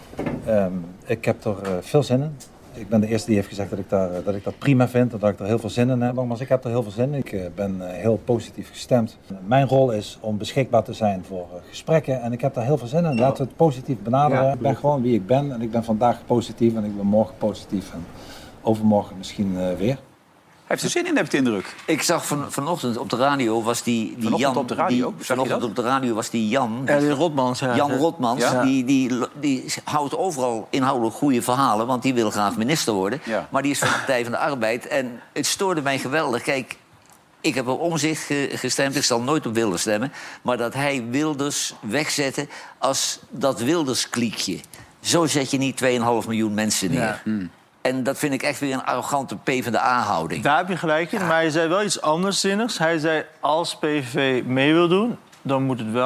Ik heb er veel zin in. Ik ben de eerste die heeft gezegd dat ik dat prima vind, dat ik er heel veel zin in heb. Nogmaals, ik heb er heel veel zin in. Ik ben heel positief gestemd. Mijn rol is om beschikbaar te zijn voor gesprekken en ik heb daar heel veel zin in. Laten we het positief benaderen. Ja. Ik ben gewoon wie ik ben en ik ben vandaag positief en ik ben morgen positief en overmorgen misschien weer. Hij heeft er zin in, heb ik de indruk. Ik zag vanochtend op de radio was die Vanochtend Jan... op de radio? Zag je Vanochtend dat? op de radio was die Jan... Ja, die Rotmans. Ja. Jan Rotmans, Ja. die houdt overal inhoudelijk goede verhalen... want die wil graag minister worden. Ja. Maar die is van de Partij van de Arbeid. En het stoorde mij geweldig. Kijk, ik heb op Omtzigt gestemd. Ik zal nooit op Wilders stemmen. Maar dat hij Wilders wegzette als dat Wilders-kliekje. Zo zet je niet 2,5 miljoen mensen neer. Ja. En dat vind ik echt weer een arrogante PvdA-houding. Daar heb je gelijk in, maar hij zei wel iets anderszinnigs. Hij zei, als PVV mee wil doen, dan moet het wel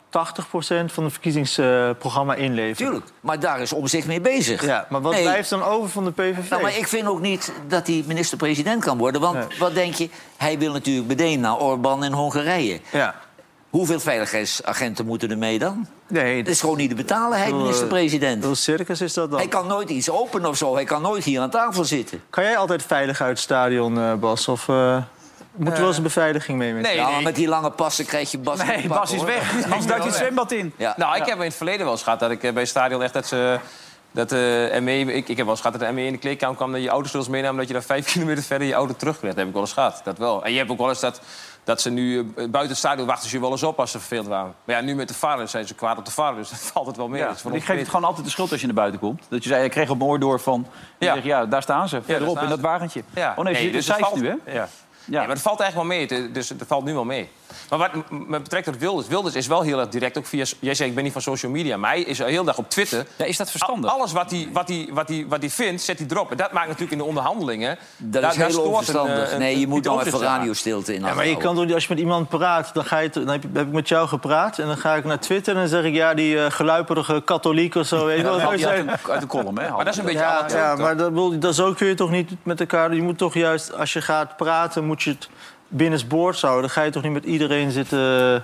80% van het verkiezingsprogramma inleveren. Tuurlijk, maar daar is Omtzigt mee bezig. Ja, maar wat blijft dan over van de PVV? Nou, maar ik vind ook niet dat hij minister-president kan worden. Want wat denk je? Hij wil natuurlijk meteen naar Orbán in Hongarije. Ja. Hoeveel veiligheidsagenten moeten er mee dan? Nee, dat is gewoon niet te betalen, hij minister-president. Hoe circus is dat dan? Hij kan nooit iets openen of zo. Hij kan nooit hier aan tafel zitten. Kan jij altijd veilig uit het stadion, Bas? Of moet er wel eens een beveiliging mee? Maar met die lange passen krijg je Bas. Nee, Bas is weg. Anders duikt hij het zwembad in. Ja. Nou, ik heb in het verleden wel eens gehad dat ik bij het stadion echt dat de ME... Ik heb wel eens gehad dat de ME in de kleedkamer kwam... dat je auto's meenam dat je dan 5 kilometer verder je auto terugkreeg. Dat heb ik wel eens gehad, dat wel. En je hebt ook wel eens dat ze nu buiten het stadion wachten ze je wel eens op als ze verveeld waren. Maar ja, nu met de VAR zijn ze kwaad op de VAR, dus dat valt het wel meer. Ja, ik geef het gewoon altijd de schuld als je naar buiten komt. Dat je zei, je kreeg op mijn oor door van... daar staan ze, verderop in dat wagentje. Ja. Oh nee, dus het valt nu, hè? Ja. Ja, maar het valt eigenlijk wel mee. Dus het valt nu wel mee. Maar wat met betrekking tot Wilders... Wilders is wel heel erg direct, ook via... Jij zei, ik ben niet van social media, maar hij is heel dag op Twitter. Ja, is dat verstandig? Alles wat hij vindt, zet hij erop. En dat maakt natuurlijk in de onderhandelingen... Dat is heel onverstandig. Nee, je moet nog even radiostilte in. Ja, maar je kan toch, als je met iemand praat, dan heb ik met jou gepraat... en dan ga ik naar Twitter en dan zeg ik... ja, die geluiperige katholiek of zo. Weet je wel, uit de column, hè? Maar dat is een beetje anders. Ja, maar dat zo kun je toch niet met elkaar... Je moet toch juist, als je gaat praten, moet je het binnensboord houden. Dan ga je toch niet met iedereen zitten...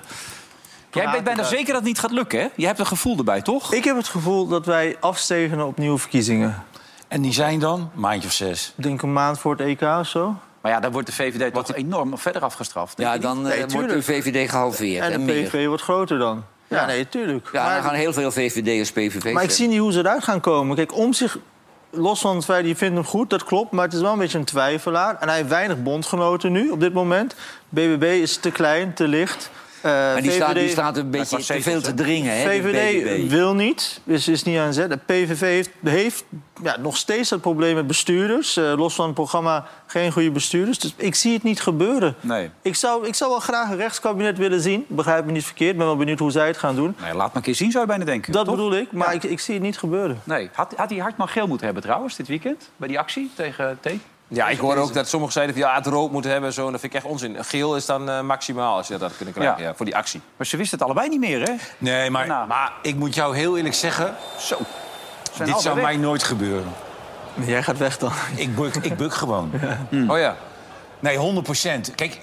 Jij bent bijna zeker dat het niet gaat lukken, hè? Je hebt een gevoel erbij, toch? Ik heb het gevoel dat wij afstevenen op nieuwe verkiezingen. En die zijn dan? Een maandje of 6. Ik denk een maand voor het EK of zo. Maar ja, dan wordt de VVD toch enorm verder afgestraft. Ja, dan wordt de VVD gehalveerd. En de PVV wordt groter dan. Ja, nee, tuurlijk. Ja, maar dan gaan heel veel VVD'ers PVV Maar ik zie niet hoe ze eruit gaan komen. Kijk, Omtzigt, los van het feit, je vindt hem goed, dat klopt... maar het is wel een beetje een twijfelaar. En hij heeft weinig bondgenoten nu, op dit moment. BBB is te klein, te licht... maar die staat een beetje te veel te dringen. Hè, VVD wil niet, dus is niet aan zet. De PVV heeft nog steeds dat probleem met bestuurders. Los van het programma geen goede bestuurders. Dus ik zie het niet gebeuren. Nee. Ik zou wel graag een rechtskabinet willen zien. Begrijp me niet verkeerd. Ik ben wel benieuwd hoe zij het gaan doen. Nee, laat maar een keer zien, zou je bijna denken. Dat bedoel ik, maar ik zie het niet gebeuren. Nee. Had hij Hartman geel moeten hebben trouwens dit weekend? Bij die actie tegen T? Ja, ik hoor ook dat sommigen zeiden van het rood moeten hebben. Zo, en dat vind ik echt onzin. Geel is dan maximaal als je dat had kunnen krijgen voor die actie. Maar ze wisten het allebei niet meer, hè? Nee, maar ik moet jou heel eerlijk zeggen... Zo. Dit zou mij nooit gebeuren. Jij gaat weg dan. Ik buk gewoon. Ja. Oh ja. Nee, 100%. Kijk,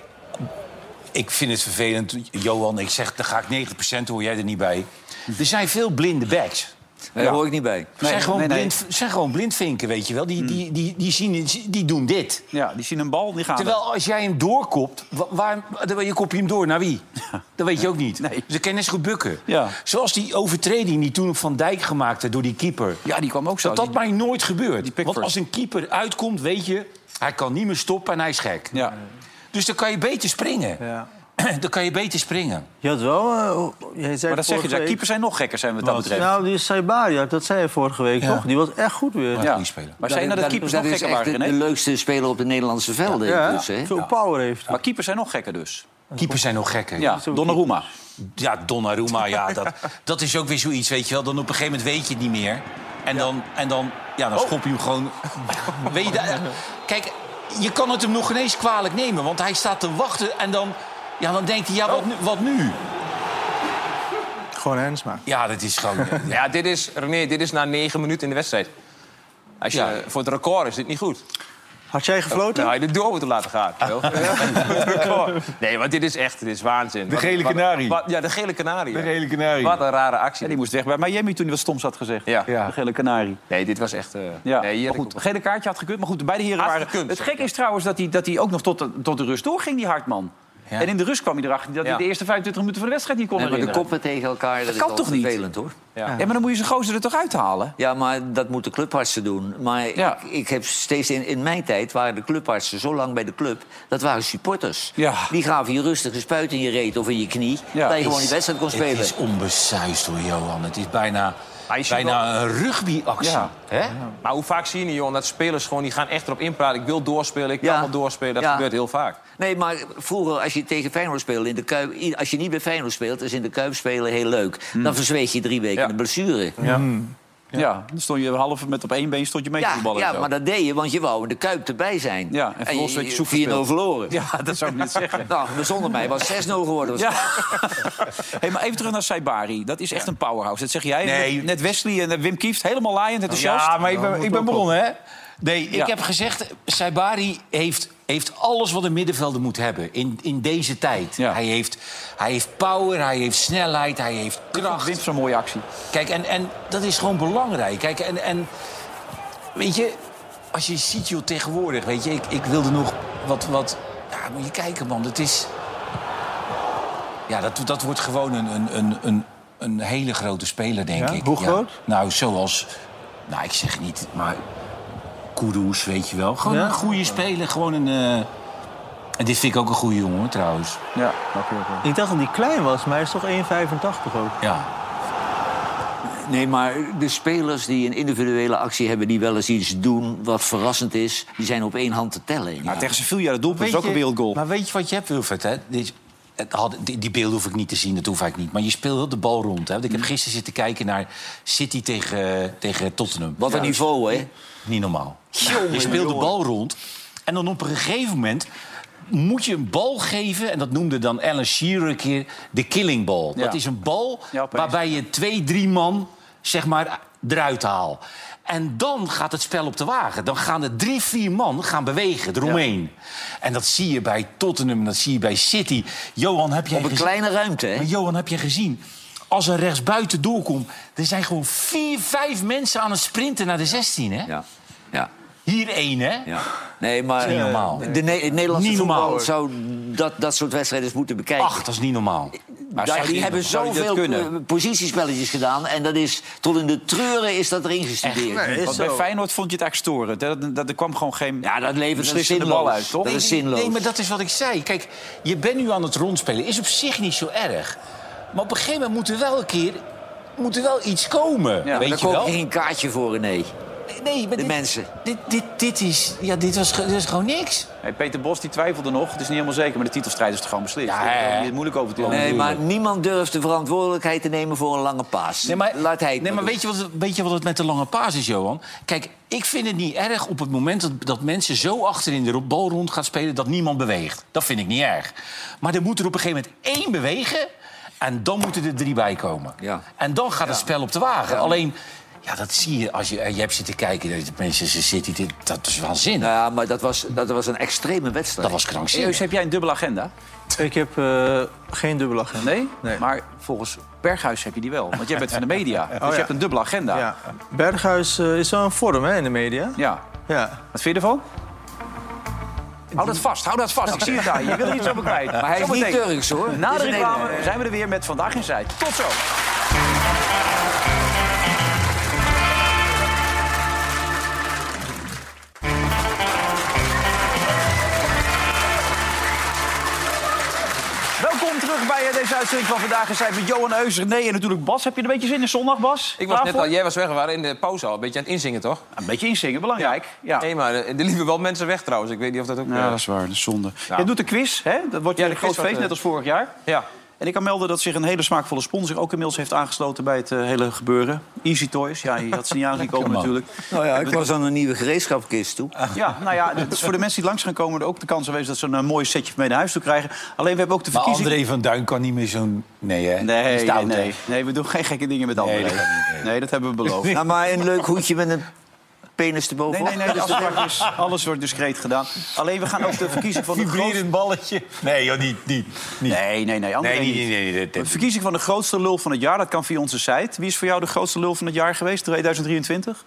ik vind het vervelend, Johan. Ik zeg, dan ga ik 90%, hoor jij er niet bij. Er zijn veel blinde backs. Daar hoor ik niet bij. Zijn gewoon blindvinken, weet je wel. Die doen dit. Ja, die zien een bal, die gaan. Terwijl als jij hem doorkopt, je kop je hem door naar wie? Dat weet je ook niet. Nee. Dus dan kan je net zo goed bukken. Ja. Zoals die overtreding die toen op Van Dijk gemaakt werd door die keeper. Ja, die kwam ook zo. Dat mij nooit gebeurt. Want als een keeper uitkomt, weet je, hij kan niet meer stoppen en hij is gek. Ja. Dus dan kan je beter springen. Ja. Dan kan je beter springen. Je had wel... jij zei maar dat zeg je, keepers zijn nog gekker, zijn wat dat betreft. Nou, die Saibari, dat zei je vorige week, toch? Die was echt goed weer. Ja. Spelen. Maar zei je dat keepers nog gekker waren? Dat is de leukste speler op de Nederlandse velden. Ja, dus, hè? veel power heeft hij. Maar keepers zijn nog gekker dus. Keepers zijn nog gekker. Ja, Donnarumma. Ja, Donnarumma, dat is ook weer zoiets, weet je wel. Dan op een gegeven moment weet je het niet meer. En dan schop je hem gewoon... Weet je, kijk, je kan het hem nog ineens kwalijk nemen. Want hij staat te wachten en dan denkt hij, wat nu? Gewoon handsmaak. Ja, dat is gewoon... Ja, dit is na 9 minuten in de wedstrijd. Voor het record is dit niet goed. Had jij gefloten? Nou, je de door moeten laten gaan. Nee, maar dit is waanzin. De gele kanarie. Ja, de gele kanarie. De gele kanarie. Wat een rare actie. Ja, die moest weg bij Miami toen hij wat stoms had gezegd. Ja. De gele kanarie. Nee, dit was echt... Nee, maar goed, gele kaartje had gekund. Maar goed, beide heren waren... Het gekke is trouwens dat hij ook nog tot de rust doorging, die Hartman. Ja. En in de rust kwam hij erachter dat hij de eerste 25 minuten van de wedstrijd niet kon herinneren. Maar de koppen tegen elkaar, dat kan is toch niet? vervelend, hoor. Ja, maar dan moet je zijn gozer er toch uithalen? Ja, maar dat moeten clubartsen doen. Maar ik heb steeds in mijn tijd waren de clubartsen zo lang bij de club. Dat waren supporters. Ja. Die gaven je rustig een spuit in je reet of in je knie. Dat je gewoon die wedstrijd kon spelen. Het is onbesuisd hoor, Johan. Het is bijna een rugbyactie. Ja. Hè? Maar hoe vaak zie je niet, Johan, dat spelers gewoon die gaan echt erop inpraten. Ik wil doorspelen, ik kan wel doorspelen. Dat gebeurt heel vaak. Nee, maar vroeger, als je tegen Feyenoord speelde in de Kuip... Als je niet bij Feyenoord speelt, is in de Kuip spelen heel leuk. Dan verzweeg je 3 weken de blessure. Ja. Ja, dan stond je half met op één been stond je mee te voetballen. Ja, maar dat deed je, want je wou in de Kuip erbij zijn. Ja, en vervolgens werd je zoek 4-0 verloren. Ja, dat zou ik net zeggen. Nou, zonder mij was 6-0 geworden. Ja. Hey, maar even terug naar Saibari. Dat is echt een powerhouse. Dat zeg jij. Nee. Net Wesley en Wim Kieft, helemaal laaiend, enthousiast. Ja, maar ik ben begonnen, hè? Nee, ik heb gezegd, Saibari heeft alles wat een middenvelder moet hebben in deze tijd. Ja. Hij heeft power, hij heeft snelheid, hij heeft kracht. Wint zo'n mooie actie. Kijk, en dat is gewoon belangrijk. Kijk, en weet je, als je ziet joh, tegenwoordig, weet je, ik wilde nog wat... Ja, moet je kijken, man, dat is... Ja, dat wordt gewoon een hele grote speler, denk ik. Hoe groot? Nou, zoals... Nou, ik zeg niet, maar... Kudus, weet je wel. Gewoon een goede speler, gewoon een... En dit vind ik ook een goede jongen, trouwens. Ja, Ik dacht dat hij klein was, maar hij is toch 1,85 ook? Ja. Nee, maar de spelers die een individuele actie hebben... die wel eens iets doen wat verrassend is... die zijn op één hand te tellen. Ja, tegen Sevilla, dat doelpunt is ook een wereldgoal. Maar weet je wat je hebt, Wilfred? Hè? Die beelden hoef ik niet te zien, dat hoef ik niet. Maar je speelt wel de bal rond. Hè? Want ik heb gisteren zitten kijken naar City tegen Tottenham. Wat een niveau, hè? Niet normaal. Je speelt de bal rond. En dan op een gegeven moment moet je een bal geven... en dat noemde dan Alan Shearer een keer de killing ball. Ja. Dat is een bal Ja, waarbij je 2-3 man zeg maar, eruit haalt. En dan gaat het spel op de wagen. Dan gaan er 3-4 man gaan bewegen, eromheen. Ja. En dat zie je bij Tottenham, dat zie je bij City. Johan, heb jij op een kleine ruimte, hè? Maar Johan, heb je gezien? Als er rechtsbuiten doorkomt... er zijn gewoon 4-5 mensen aan het sprinten naar de 16, hè? Ja. Ja. Hier 1, hè? Ja. Nee, maar niet normaal. De Nederlandse niet voetbal normaal. zou dat soort wedstrijden moeten bekijken. Ach, dat is niet normaal. Maar die hebben zoveel positiespelletjes gedaan... en dat is tot in de treuren is dat erin gestudeerd. Nee, want bij Feyenoord vond je het eigenlijk storend. Er kwam gewoon geen dat levert een zinloos bal uit, toch? Dat is zinloos. Nee, maar dat is wat ik zei. Kijk, je bent nu aan het rondspelen. Is op zich niet zo erg. Maar op een gegeven moment moet er wel iets komen. Ja, weet daar je wel? koop je geen kaartje voor, nee. Nee, maar mensen. Dit was gewoon niks. Hey, Peter Bos die twijfelde nog. Het is niet helemaal zeker, maar de titelstrijd is toch gewoon beslist. Ja, Daar is moeilijk over te doen. Nee, maar niemand durft de verantwoordelijkheid te nemen voor een lange paas. Nee, maar, laat hij het weet je wat het met de lange paas is, Johan? Kijk, ik vind het niet erg op het moment dat mensen zo achterin de bal rond gaan spelen... dat niemand beweegt. Dat vind ik niet erg. Maar er moet er op een gegeven moment 1 bewegen... en dan moeten er 3 bij komen. Ja. En dan gaat het spel op de wagen. Ja. Alleen... Ja, dat zie je als je hebt zitten kijken. De Manchester City, dat is waanzinnig. Ja, maar dat was een extreme wedstrijd. Dat was krankzinnig. Eus, heb jij een dubbele agenda? Ik heb geen dubbele agenda. Nee? Maar volgens Berghuis heb je die wel. Want jij bent van de media. Dus je hebt een dubbele agenda. Ja. Berghuis is wel een vorm hè, in de media. Ja. Wat vind je ervan? Hou dat vast. Ik zie het daar. Je wil er iets over kwijt. Maar hij is niet Turks, hoor. Na de reclame zijn we er weer met Vandaag in Zuid. Tot zo. Welkom terug bij deze uitzending van Vandaag in Zuid met Johan Eus, René en natuurlijk Bas. Heb je er een beetje zin in zondag, Bas? Ik was net al, jij was weg, we waren in de pauze al een beetje aan het inzingen, toch? Een beetje inzingen, belangrijk. Ja. Nee, maar er liepen wel mensen weg trouwens. Ik weet niet of dat ook... Ja, dat is waar, dat is zonde. Ja. Jij doet een quiz, hè? Dat wordt een groot feest, net als vorig jaar. Ja. En ik kan melden dat zich een hele smaakvolle sponsor ook inmiddels heeft aangesloten bij het hele gebeuren. Easy Toys. Ja, je had ze niet aanzien komen natuurlijk. Nou ja, ik was aan een nieuwe gereedschapkist toe. Ja, nou ja, het is voor de mensen die langs gaan komen ook de kans aanwezig dat ze een mooi setje mee naar huis toe krijgen. Alleen we hebben ook de verkiezing... Maar André van Duin kan niet meer zo'n... Nee, hè? Nee, we doen geen gekke dingen met André. Nee, dat hebben we beloofd. Nou, maar een leuk hoedje met een penis erbovenop. Nee, alles wordt discreet gedaan. Alleen we gaan ook de verkiezing van de grootste... balletje. Nee, joh, niet. Nee, André niet. De verkiezing van de grootste lul van het jaar, dat kan via onze site. Wie is voor jou de grootste lul van het jaar geweest, 2023?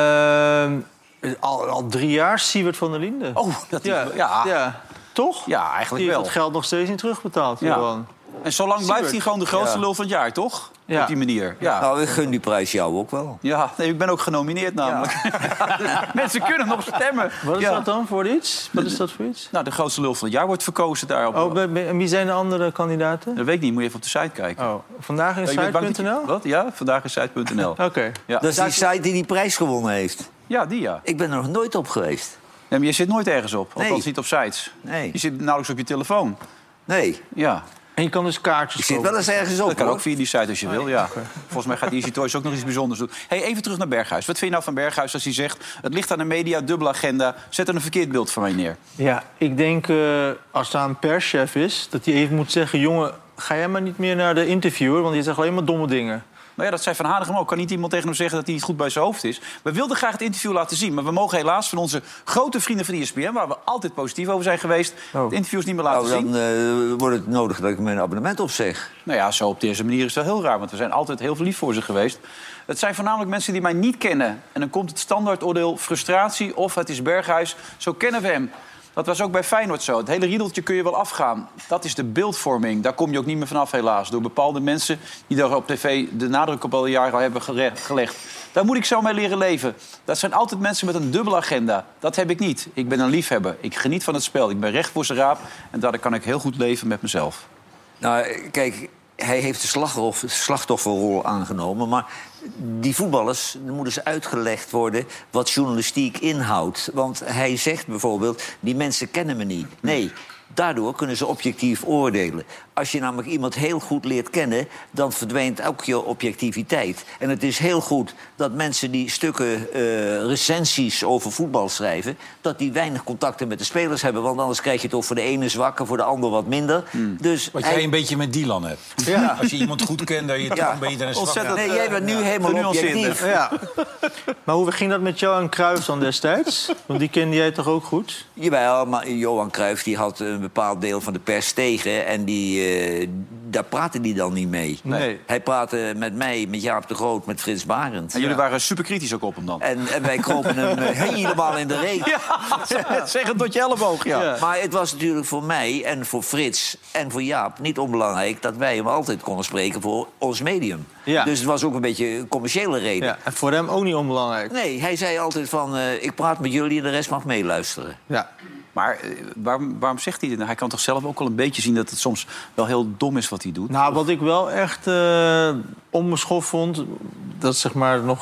Al 3 jaar, Siewert van der Linden. Oh, ja. Toch? Ja, eigenlijk Die wel. heeft het geld nog steeds niet terugbetaald. Ja. En zolang blijft hij gewoon de grootste lul van het jaar, toch? Ja. Op die manier. Ja. Nou, ik gun die prijs jou ook wel. Ja, nee, ik ben ook genomineerd namelijk. Ja. Mensen kunnen nog stemmen. Wat is dat dan voor iets? Wat is dat voor iets? Nou, de grootste lul van het jaar wordt verkozen daarop. En wie zijn de andere kandidaten? Dat weet ik niet, moet je even op de site kijken. Oh, vandaginsite.nl? Wat? Ja, vandaginsite.nl. Oké. Ja. Dat is die site die prijs gewonnen heeft. Ja, die ja. Ik ben er nog nooit op geweest. Nee, maar je zit nooit ergens op. Nee. Althans niet op sites. Nee. Je zit nauwelijks op je telefoon. Nee. Ja. En je kan dus kaartjes Ik zit kopen. wel eens ergens op, Dat kan hoor. ook via die site als je wil, ja. Volgens mij gaat Easy Toys ook nog iets bijzonders doen. Hey, even terug naar Berghuis. Wat vind je nou van Berghuis als hij zegt... het ligt aan de media, dubbele agenda. Zet er een verkeerd beeld van mij neer. Ja, ik denk als daar een perschef is... dat hij even moet zeggen... jongen, ga jij maar niet meer naar de interviewer... want die zegt alleen maar domme dingen. Nou ja, dat zei Van Hanegem ook. Kan niet iemand tegen hem zeggen dat hij niet goed bij zijn hoofd is? We wilden graag het interview laten zien. Maar we mogen helaas van onze grote vrienden van ESPN... waar we altijd positief over zijn geweest... de interviews niet meer laten zien. Dan wordt het nodig dat ik mijn abonnement opzeg. Nou ja, zo op deze manier is het wel heel raar. Want we zijn altijd heel lief voor ze geweest. Het zijn voornamelijk mensen die mij niet kennen. En dan komt het standaardoordeel frustratie of het is Berghuis. Zo kennen we hem. Dat was ook bij Feyenoord zo. Het hele riedeltje kun je wel afgaan. Dat is de beeldvorming. Daar kom je ook niet meer vanaf, helaas. Door bepaalde mensen die daar op tv de nadruk op al jaren al hebben gelegd. Daar moet ik zo mee leren leven. Dat zijn altijd mensen met een dubbele agenda. Dat heb ik niet. Ik ben een liefhebber. Ik geniet van het spel. Ik ben recht voor zijn raap. En daardoor kan ik heel goed leven met mezelf. Nou, kijk, hij heeft de slachtofferrol aangenomen. Maar die voetballers, er moet eens uitgelegd worden wat journalistiek inhoudt. Want hij zegt bijvoorbeeld, die mensen kennen me niet. Nee, daardoor kunnen ze objectief oordelen. Als je namelijk iemand heel goed leert kennen... dan verdwijnt ook je objectiviteit. En het is heel goed dat mensen die stukken recensies over voetbal schrijven... dat die weinig contacten met de spelers hebben. Want anders krijg je het toch voor de ene zwakker, voor de ander wat minder. Dus Wat jij een beetje met Dylan hebt. Ja. Als je iemand goed kent, dan je toch een beetje een zwak. Nee, jij bent nu helemaal objectief. Ja. Maar hoe ging dat met jou en Cruijff dan destijds? Want die kende jij toch ook goed? Jawel, maar Johan Cruijff die had een bepaald deel van de pers tegen... en daar praatte hij dan niet mee. Nee. Hij praatte met mij, met Jaap de Groot, met Frits Barend. En jullie waren super kritisch ook op hem dan? En wij kropen hem helemaal in de reet. Ja, zeg het tot je elleboog, ja. Maar het was natuurlijk voor mij en voor Frits en voor Jaap niet onbelangrijk... dat wij hem altijd konden spreken voor ons medium. Ja. Dus het was ook een beetje een commerciële reden. Ja, en voor hem ook niet onbelangrijk. Nee, hij zei altijd van, ik praat met jullie en de rest mag meeluisteren. Ja. Maar waarom zegt hij dit? Hij kan toch zelf ook wel een beetje zien dat het soms wel heel dom is wat hij doet? Nou, wat ik wel echt onbeschoft vond... dat is zeg maar nog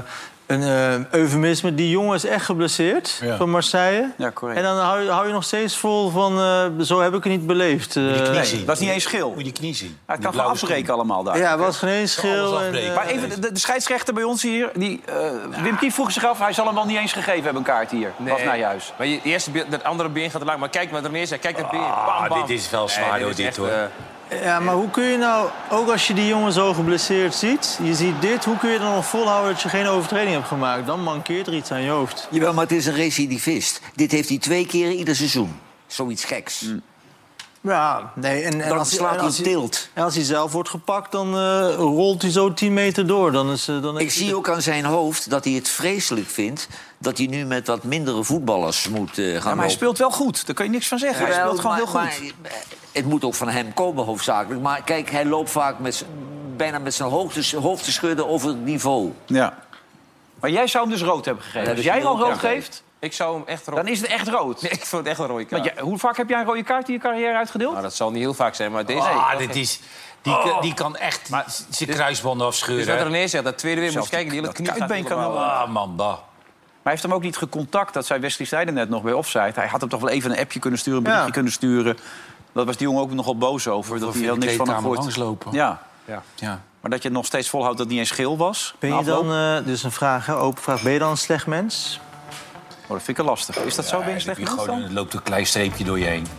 een eufemisme. Die jongen is echt geblesseerd van Marseille. Ja, correct. En dan hou je nog steeds vol van... zo heb ik het niet beleefd. Nee, dat is niet eens schil. Moet je knie zien. Hij kan gewoon afbreken allemaal daar. Ja, het was geen eens schil. Maar even, de scheidsrechter bij ons hier... Wim Kief vroeg zich af, hij zal hem wel niet eens gegeven hebben, een kaart hier. Pas naar je huis. Maar dat andere been gaat te lang. Maar kijk wat er neer zegt. Kijk dat been. Bam, bam. Dit is wel zwaar door dit, hoor. Ja, maar hoe kun je nou, ook als je die jongen zo geblesseerd ziet... je ziet dit, hoe kun je dan nog volhouden dat je geen overtreding hebt gemaakt? Dan mankeert er iets aan je hoofd. Jawel, maar het is een recidivist. Dit heeft hij 2 keer ieder seizoen. Zoiets geks. Ja, nee. En Dan als slaat hij tilt. En als hij zelf wordt gepakt, dan rolt hij zo 10 meter door. Ik zie ook aan zijn hoofd dat hij het vreselijk vindt... dat hij nu met wat mindere voetballers moet gaan lopen. Maar hij speelt wel goed, daar kan je niks van zeggen. Hij speelt gewoon heel goed. Maar het moet ook van hem komen, hoofdzakelijk. Maar kijk, hij loopt vaak bijna met zijn hoofd te schudden over het niveau. Ja. Maar jij zou hem dus rood hebben gegeven. Als jij al rood geeft, Ik zou hem echt rood... dan is het echt rood. Nee, ik vond het echt een rode kaart. Hoe vaak heb jij een rode kaart in je carrière uitgedeeld? Nou, dat zal niet heel vaak zijn, maar deze... Dit is... Die kan echt zijn kruisbanden afscheuren. Dus wat René zegt, dat tweede weer moet je kijken. Die hele knie gaat kuitbeen kan wel... Ah, man, bah. Maar hij heeft hem ook niet gecontact. Dat zei Wesley Sneijder net nog bij Offside. Hij had hem toch wel even een appje kunnen sturen, een berichtje kunnen sturen. Dat was die jongen ook nogal boos over. Dat hij heel niks van hem hoort. Langslopen. Ja. Ja. Maar dat je nog steeds volhoudt dat het niet eens geel was. Ben je dan, dus een vraag, open vraag, ben je dan een slecht mens? Oh, dat vind ik lastig. Is dat zo? Ben je een slecht mens dan? Er loopt een klein streepje door je heen.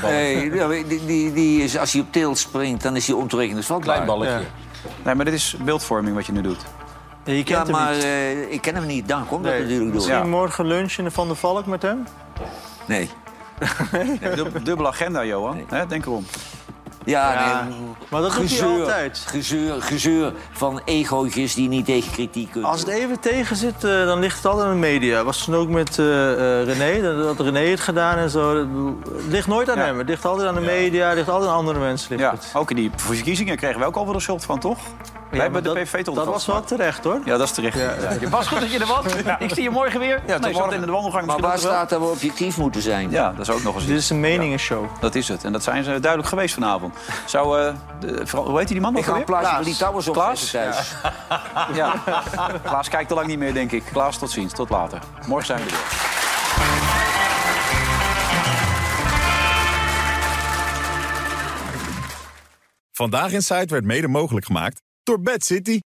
Nee, als hij op teelt springt, dan is hij ontoerekeningsvatbaar. Klein balletje. Ja. Nee, maar dit is beeldvorming wat je nu doet. Je kent hem maar niet. Ik ken hem niet. Dan komt dat natuurlijk door. Misschien morgen lunchen in de Van der Valk met hem? Nee. Dubbele agenda, Johan. Nee. Denk erom. Ja, nee. Maar dat doet hij altijd. Gezeur van egootjes die niet tegen kritiek kunnen. Als het even tegen zit, dan ligt het altijd aan de media. Was toen ook met René, dat had René het gedaan en zo. Het ligt nooit aan hem. Het ligt altijd aan de media, het ligt altijd aan andere mensen. Ja, ook in die verkiezingen kregen we ook al wel een schuld van, toch? Wij hebben de PVV tot dat was wel terecht, hoor. Ja, dat is terecht. Ja. Je was goed dat je er was. Ik zie je morgen weer. Ja, tot morgen in de wandelgang. Maar waar staat dat we objectief moeten zijn? Ja, dat is ook nog eens. Dit is een meningenshow. Dat is het. En dat zijn ze duidelijk geweest vanavond. Zou, hoe heet die man nog? Ik ga een plaatje van die towers op thuis. Ja. Klaas kijkt al lang niet meer, denk ik. Klaas, tot ziens. Tot later. Morgen zijn we weer. Vandaag in Site werd mede mogelijk gemaakt door Bad City.